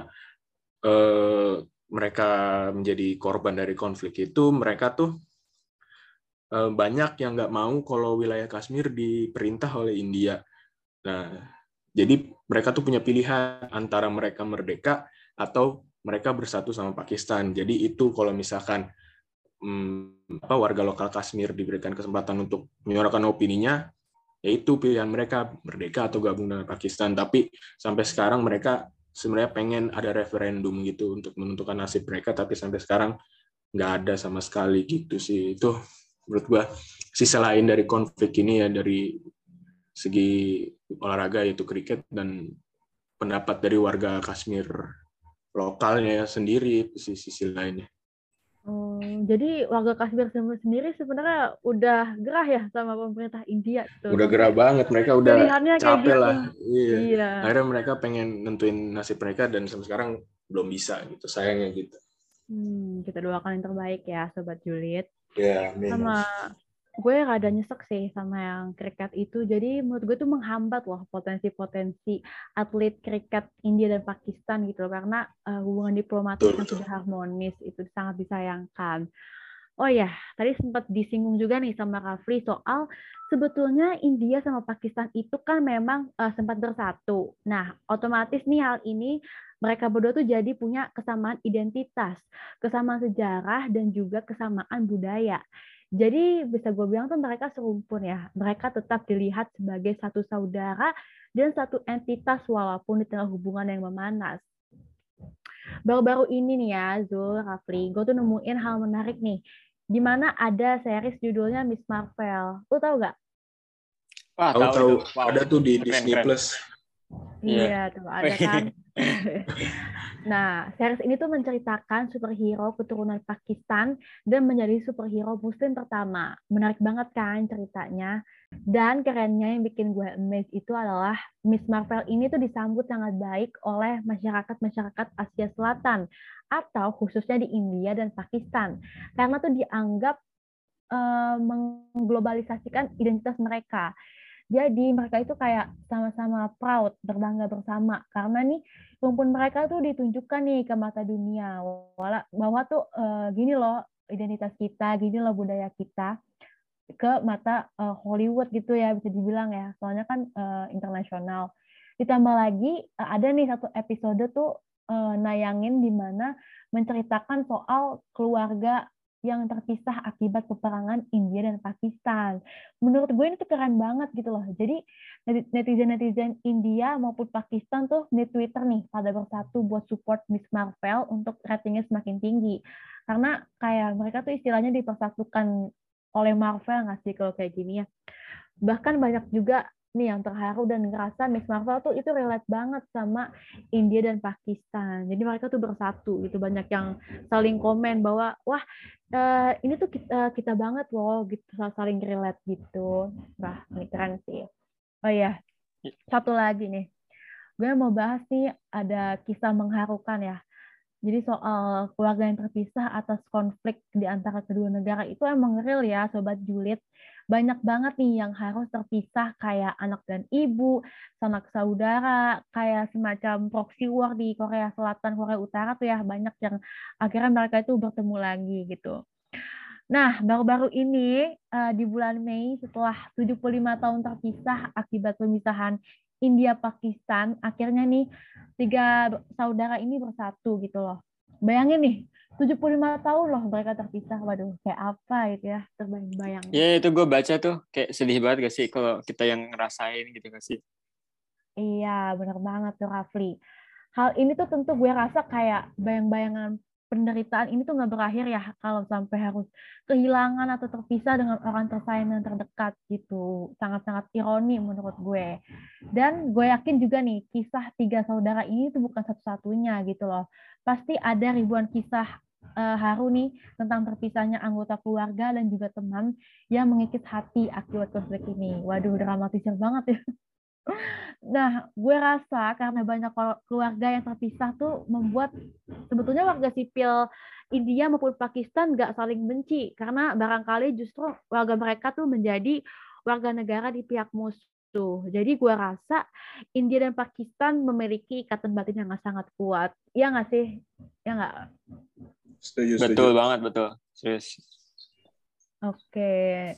mereka menjadi korban dari konflik itu, mereka tuh banyak yang nggak mau kalau wilayah Kashmir diperintah oleh India. Nah, jadi mereka tuh punya pilihan antara mereka merdeka atau mereka bersatu sama Pakistan. Jadi itu kalau misalkan warga lokal Kashmir diberikan kesempatan untuk menyuarakan opininya, yaitu pilihan mereka merdeka atau gabung dengan Pakistan. Tapi sampai sekarang mereka sebenarnya pengen ada referendum gitu untuk menentukan nasib mereka, tapi sampai sekarang nggak ada sama sekali gitu sih. Itu menurut gua sisi lain dari konflik ini ya, dari segi olahraga yaitu kriket, dan pendapat dari warga Kashmir lokalnya sendiri itu sisi lainnya. Jadi warga Kashmir sendiri sebenarnya udah gerah ya sama pemerintah India tuh. Udah gerah banget, mereka udah Pilihannya kayak capek gitu. lah. Iya. Iya. Akhirnya mereka pengen nentuin nasib mereka, dan sampai sekarang belum bisa gitu, sayangnya gitu. Kita doakan yang terbaik ya Sobat Julid. Ya, amin. Sama gue rada nyesek sih sama yang kriket itu. Jadi menurut gue tuh menghambat loh potensi-potensi atlet kriket India dan Pakistan gitu loh. Karena hubungan diplomatik yang sudah harmonis itu sangat disayangkan. Oh ya, tadi sempat disinggung juga nih sama Rafli soal sebetulnya India sama Pakistan itu kan memang sempat bersatu. Nah, otomatis nih hal ini mereka berdua tuh jadi punya kesamaan identitas, kesamaan sejarah, dan juga kesamaan budaya. Jadi bisa gue bilang tuh mereka serumpun ya. Mereka tetap dilihat sebagai satu saudara dan satu entitas walaupun di tengah hubungan yang memanas. Baru-baru ini nih ya, Zul, Rafli, gue tuh nemuin hal menarik nih. Di mana ada series judulnya Miss Marvel. Lu tau gak? Wah, tahu. Wow. Ada tuh di Keren, Disney keren. Plus. Iya, tuh ada kan. Nah, series ini tuh menceritakan superhero keturunan Pakistan dan menjadi superhero Muslim pertama. Menarik banget kan ceritanya. Dan kerennya yang bikin gue amazed itu adalah Miss Marvel ini tuh disambut sangat baik oleh masyarakat-masyarakat Asia Selatan atau khususnya di India dan Pakistan. Karena tuh dianggap mengglobalisasikan identitas mereka. Jadi mereka itu kayak sama-sama proud, berbangga bersama. Karena nih rumpun mereka tuh ditunjukkan nih ke mata dunia. Bahwa tuh gini loh identitas kita, gini loh budaya kita ke mata Hollywood gitu ya bisa dibilang ya. Soalnya kan internasional. Ditambah lagi ada nih satu episode tuh nayangin di mana menceritakan soal keluarga yang terpisah akibat peperangan India dan Pakistan. Menurut gue ini tuh keren banget gitu loh. Jadi netizen-netizen India maupun Pakistan tuh di Twitter nih pada bersatu buat support Miss Marvel untuk ratingnya semakin tinggi. Karena kayak mereka tuh istilahnya dipersatukan oleh Marvel nggak sih kalau kayak gini ya. Bahkan banyak juga nih yang terharu dan ngerasa Miss Marvel tuh itu relate banget sama India dan Pakistan. Jadi mereka tuh bersatu gitu. Banyak yang saling komen bahwa wah ini tuh kita banget loh gitu, saling relate gitu. Wah, ini keren sih. Oh iya, satu lagi nih. Gue mau bahas nih ada kisah mengharukan ya. Jadi soal keluarga yang terpisah atas konflik di antara kedua negara itu emang real ya, Sobat Julid. Banyak banget nih yang harus terpisah kayak anak dan ibu, sanak saudara, kayak semacam proxy war di Korea Selatan, Korea Utara tuh ya, banyak yang akhirnya mereka itu bertemu lagi gitu. Nah, baru-baru ini di bulan Mei setelah 75 tahun terpisah akibat pemisahan India-Pakistan, akhirnya nih tiga saudara ini bersatu gitu loh. Bayangin nih, 75 tahun loh mereka terpisah. Waduh, kayak apa gitu ya, terbayang-bayang. Ya itu gue baca tuh kayak sedih banget gak sih kalau kita yang ngerasain gitu gak sih? Iya, benar banget tuh Rafli. Hal ini tuh tentu gue rasa kayak bayang-bayangan penderitaan ini tuh nggak berakhir ya kalau sampai harus kehilangan atau terpisah dengan orang tersayang dan terdekat gitu. Sangat-sangat ironi menurut gue. Dan gue yakin juga nih kisah tiga saudara ini tuh bukan satu-satunya gitu loh. Pasti ada ribuan kisah haru nih tentang terpisahnya anggota keluarga dan juga teman yang mengikis hati akibat konflik ini. Waduh, dramatisir banget ya. Nah, gue rasa karena banyak keluarga yang terpisah tuh membuat sebetulnya warga sipil India maupun Pakistan nggak saling benci karena barangkali justru warga mereka tuh menjadi warga negara di pihak musuh. Jadi gue rasa India dan Pakistan memiliki ikatan batin yang sangat kuat. Iya nggak sih? Ya nggak? Setuju. Betul banget, betul. Serius. Oke.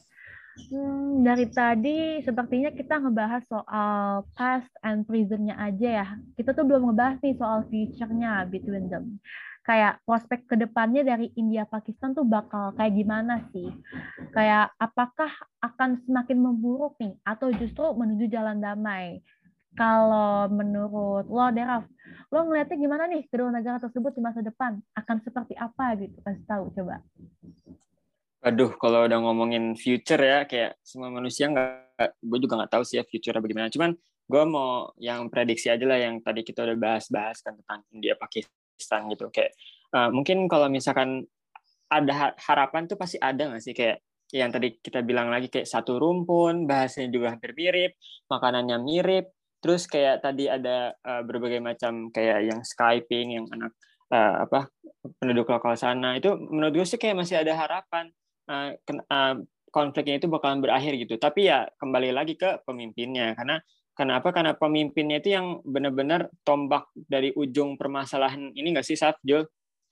Dari tadi sepertinya kita ngebahas soal past and present-nya aja ya. Kita tuh belum ngebahas nih soal future-nya between them. Kayak prospek kedepannya dari India Pakistan tuh bakal kayak gimana sih? Kayak apakah akan semakin memburuk nih atau justru menuju jalan damai? Kalau menurut lo, Deraf, lo ngeliatnya gimana nih kedua negara tersebut di masa depan? Akan seperti apa gitu? Kasih tahu coba. Aduh, kalau udah ngomongin future ya, kayak semua manusia gue juga nggak tahu sih ya future bagaimana. Cuman gue mau yang prediksi aja lah yang tadi kita udah bahas kan tentang India Pakistan gitu. Kayak mungkin kalau misalkan ada harapan tuh pasti ada nggak sih kayak yang tadi kita bilang lagi kayak satu rumpun, bahasanya juga hampir mirip, makanannya mirip, terus kayak tadi ada berbagai macam kayak yang Skyping, yang anak penduduk lokal sana itu menurut gue sih kayak masih ada harapan konfliknya itu bakalan berakhir gitu. Tapi ya kembali lagi ke pemimpinnya karena kenapa? Karena pemimpinnya itu yang benar-benar tombak dari ujung permasalahan ini nggak sih, Safjul?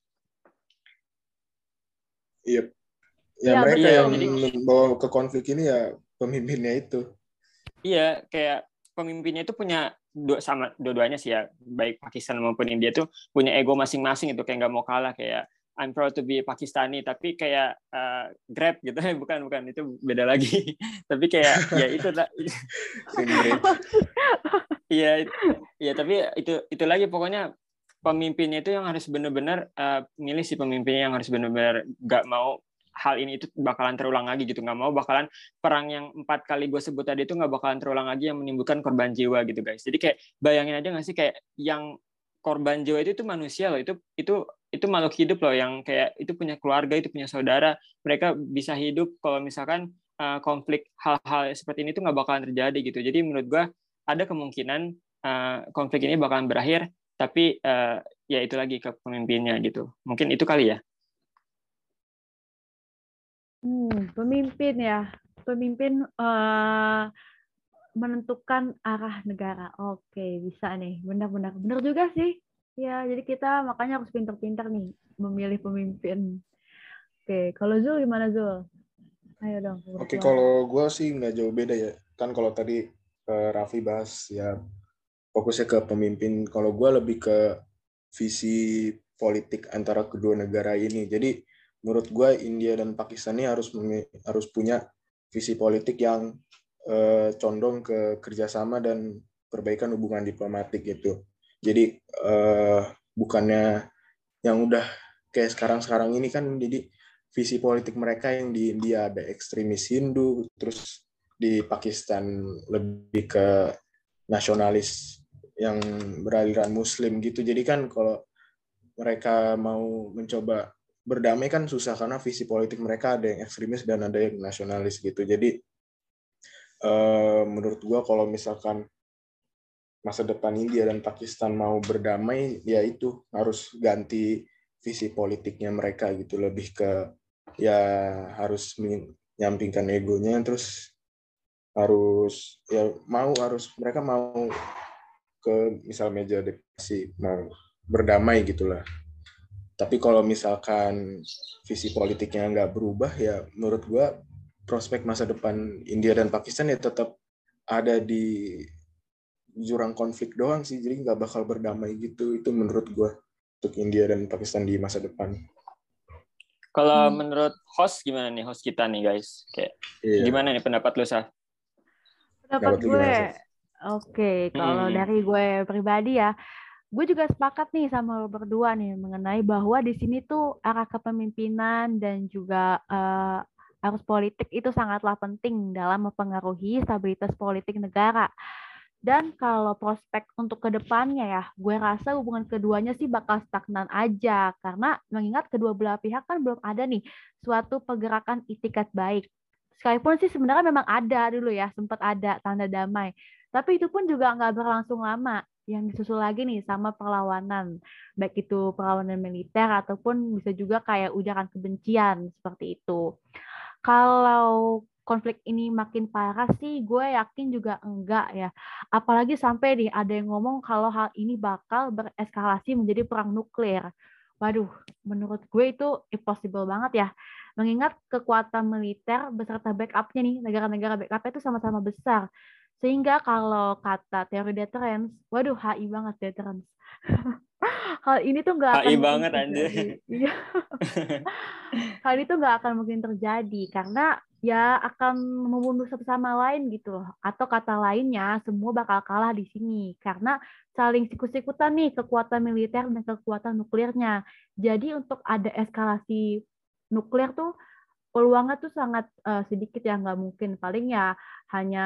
Iya. Ya, Iya, mereka betul. yang membawa ke konflik ini ya pemimpinnya itu. Iya, kayak pemimpinnya itu punya dua-duanya sih ya, baik Pakistan maupun India tuh punya ego masing-masing itu kayak nggak mau kalah kayak I'm proud to be Pakistani tapi kayak Grab gitu bukan itu beda lagi tapi kayak ya itu lah iya tapi itu lagi pokoknya pemimpinnya itu yang harus benar-benar milih si pemimpinnya yang harus benar-benar nggak mau hal ini itu bakalan terulang lagi gitu, nggak mau bakalan perang yang 4 kali gue sebut tadi itu nggak bakalan terulang lagi yang menimbulkan korban jiwa gitu guys. Jadi kayak bayangin aja nggak sih kayak yang korban jiwa itu manusia loh, itu makhluk hidup loh yang kayak itu punya keluarga, itu punya saudara, mereka bisa hidup kalau misalkan konflik hal-hal seperti ini tuh nggak bakalan terjadi gitu. Jadi menurut gue ada kemungkinan konflik ini bakalan berakhir, tapi ya itu lagi ke pemimpinnya gitu. Mungkin itu kali ya. Pemimpin ya, pemimpin menentukan arah negara. Oke, bisa nih, benar-benar, benar juga sih. Ya, jadi kita makanya harus pintar-pintar nih memilih pemimpin. Oke, kalau Zul gimana Zul? Ayo dong. Oke, kalau gue sih nggak jauh beda ya. Kan kalau tadi Raffi bahas ya fokusnya ke pemimpin. Kalau gue lebih ke visi politik antara kedua negara ini. Jadi menurut gue India dan Pakistan ini harus punya visi politik yang condong ke kerjasama dan perbaikan hubungan diplomatik gitu. Jadi bukannya yang udah kayak sekarang ini kan jadi visi politik mereka yang di India ada ekstremis Hindu, terus di Pakistan lebih ke nasionalis yang beraliran Muslim gitu. Jadi kan kalau mereka mau mencoba berdamai kan susah karena visi politik mereka ada yang ekstremis dan ada yang nasionalis gitu. Jadi menurut gua kalau misalkan masa depan India dan Pakistan mau berdamai, ya itu harus ganti visi politiknya mereka gitu, lebih ke ya harus menyampingkan egonya, terus mereka mau ke misal meja diskusi, mau berdamai gitulah. Tapi kalau misalkan visi politiknya nggak berubah, ya menurut gue prospek masa depan India dan Pakistan ya tetap ada di jurang konflik doang sih, jadi nggak bakal berdamai gitu. Itu menurut gue untuk India dan Pakistan di masa depan. Kalau menurut host gimana nih, host kita nih guys? Kayak gimana nih pendapat lu, Sah? Pendapat gue, oke, kalau dari gue pribadi ya, gue juga sepakat nih sama lo berdua nih mengenai bahwa di sini tuh arah kepemimpinan dan juga arus politik itu sangatlah penting dalam mempengaruhi stabilitas politik negara. Dan kalau prospek untuk kedepannya ya, gue rasa hubungan keduanya sih bakal stagnan aja. Karena mengingat kedua belah pihak kan belum ada nih suatu pergerakan itikat baik. Sekalipun sih sebenarnya memang ada dulu ya, sempat ada tanda damai. Tapi itu pun juga nggak berlangsung lama. Yang disusul lagi nih sama perlawanan. Baik itu perlawanan militer ataupun bisa juga kayak ujaran kebencian seperti itu. Kalau konflik ini makin parah sih, gue yakin juga enggak ya. Apalagi sampai nih ada yang ngomong kalau hal ini bakal bereskalasi menjadi perang nuklir. Waduh, menurut gue itu impossible banget ya. Mengingat kekuatan militer beserta backupnya nih, negara-negara backupnya itu sama-sama besar. Sehingga kalau kata teori deterrence, waduh HI banget deterrence. Hal ini tuh nggak akan HI mungkin banget terjadi. Iya. Hal itu nggak akan mungkin terjadi karena ya akan membunuh satu sama lain gitu loh. Atau kata lainnya, semua bakal kalah di sini karena saling sikut-sikutan nih kekuatan militer dan kekuatan nuklirnya. Jadi untuk ada eskalasi nuklir tuh peluangnya tuh sangat sedikit ya, nggak mungkin. Paling ya hanya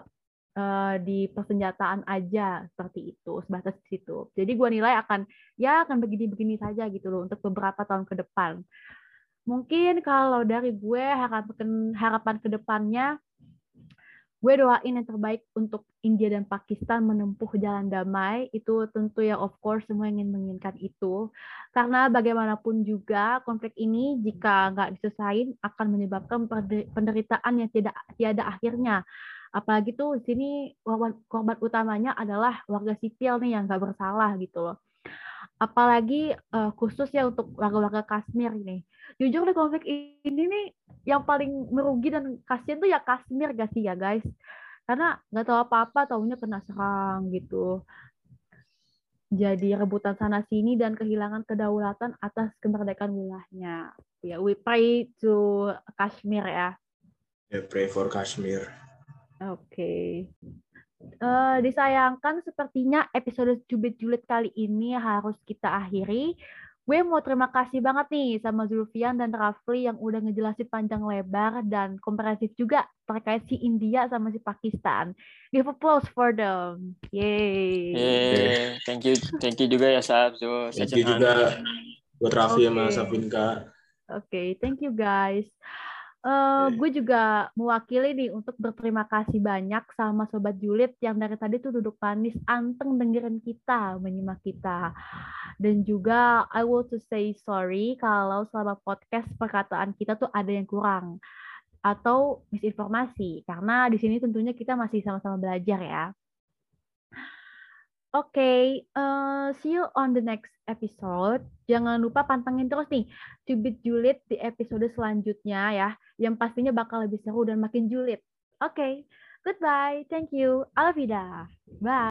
di persenjataan aja seperti itu, sebatas di situ. Jadi gue nilai akan begini-begini saja gitu loh untuk beberapa tahun ke depan. Mungkin kalau dari gue harapan ke depannya, gue doain yang terbaik untuk India dan Pakistan menempuh jalan damai. Itu tentu ya of course semua ingin menginginkan itu. Karena bagaimanapun juga konflik ini jika nggak diselesain akan menyebabkan penderitaan yang tiada akhirnya. Apalagi tuh di sini korban utamanya adalah warga sipil nih yang nggak bersalah gitu loh. Apalagi khusus ya untuk warga-warga Kashmir ini. Jujur deh konflik ini nih yang paling merugi dan kasihan tuh ya Kashmir gak sih ya guys? Karena nggak tahu apa-apa, taunya kena serang gitu. Jadi rebutan sana sini dan kehilangan kedaulatan atas kemerdekaan wilayahnya. Ya, we pray to Kashmir ya. Yeah, pray for Kashmir. Oke. Disayangkan sepertinya episode Cubit Julid kali ini harus kita akhiri. Gue mau terima kasih banget nih sama Zulfian dan Rafli yang udah ngejelasin panjang lebar dan komprehensif juga terkait si India sama si Pakistan. Give applause for them. Yay. Thank you juga ya Sab. Thank you juga buat Raffi sama Safinka. Oke, thank you guys. Gue juga mewakili nih untuk berterima kasih banyak sama Sobat Julid yang dari tadi tuh duduk manis anteng dengerin kita, menyimak kita. Dan juga I want to say sorry kalau selama podcast perkataan kita tuh ada yang kurang atau misinformasi karena di sini tentunya kita masih sama-sama belajar ya. Oke, see you on the next episode. Jangan lupa pantengin terus nih Cubit Julid di episode selanjutnya ya, yang pastinya bakal lebih seru dan makin julid. Oke, goodbye, thank you, Alvida, bye.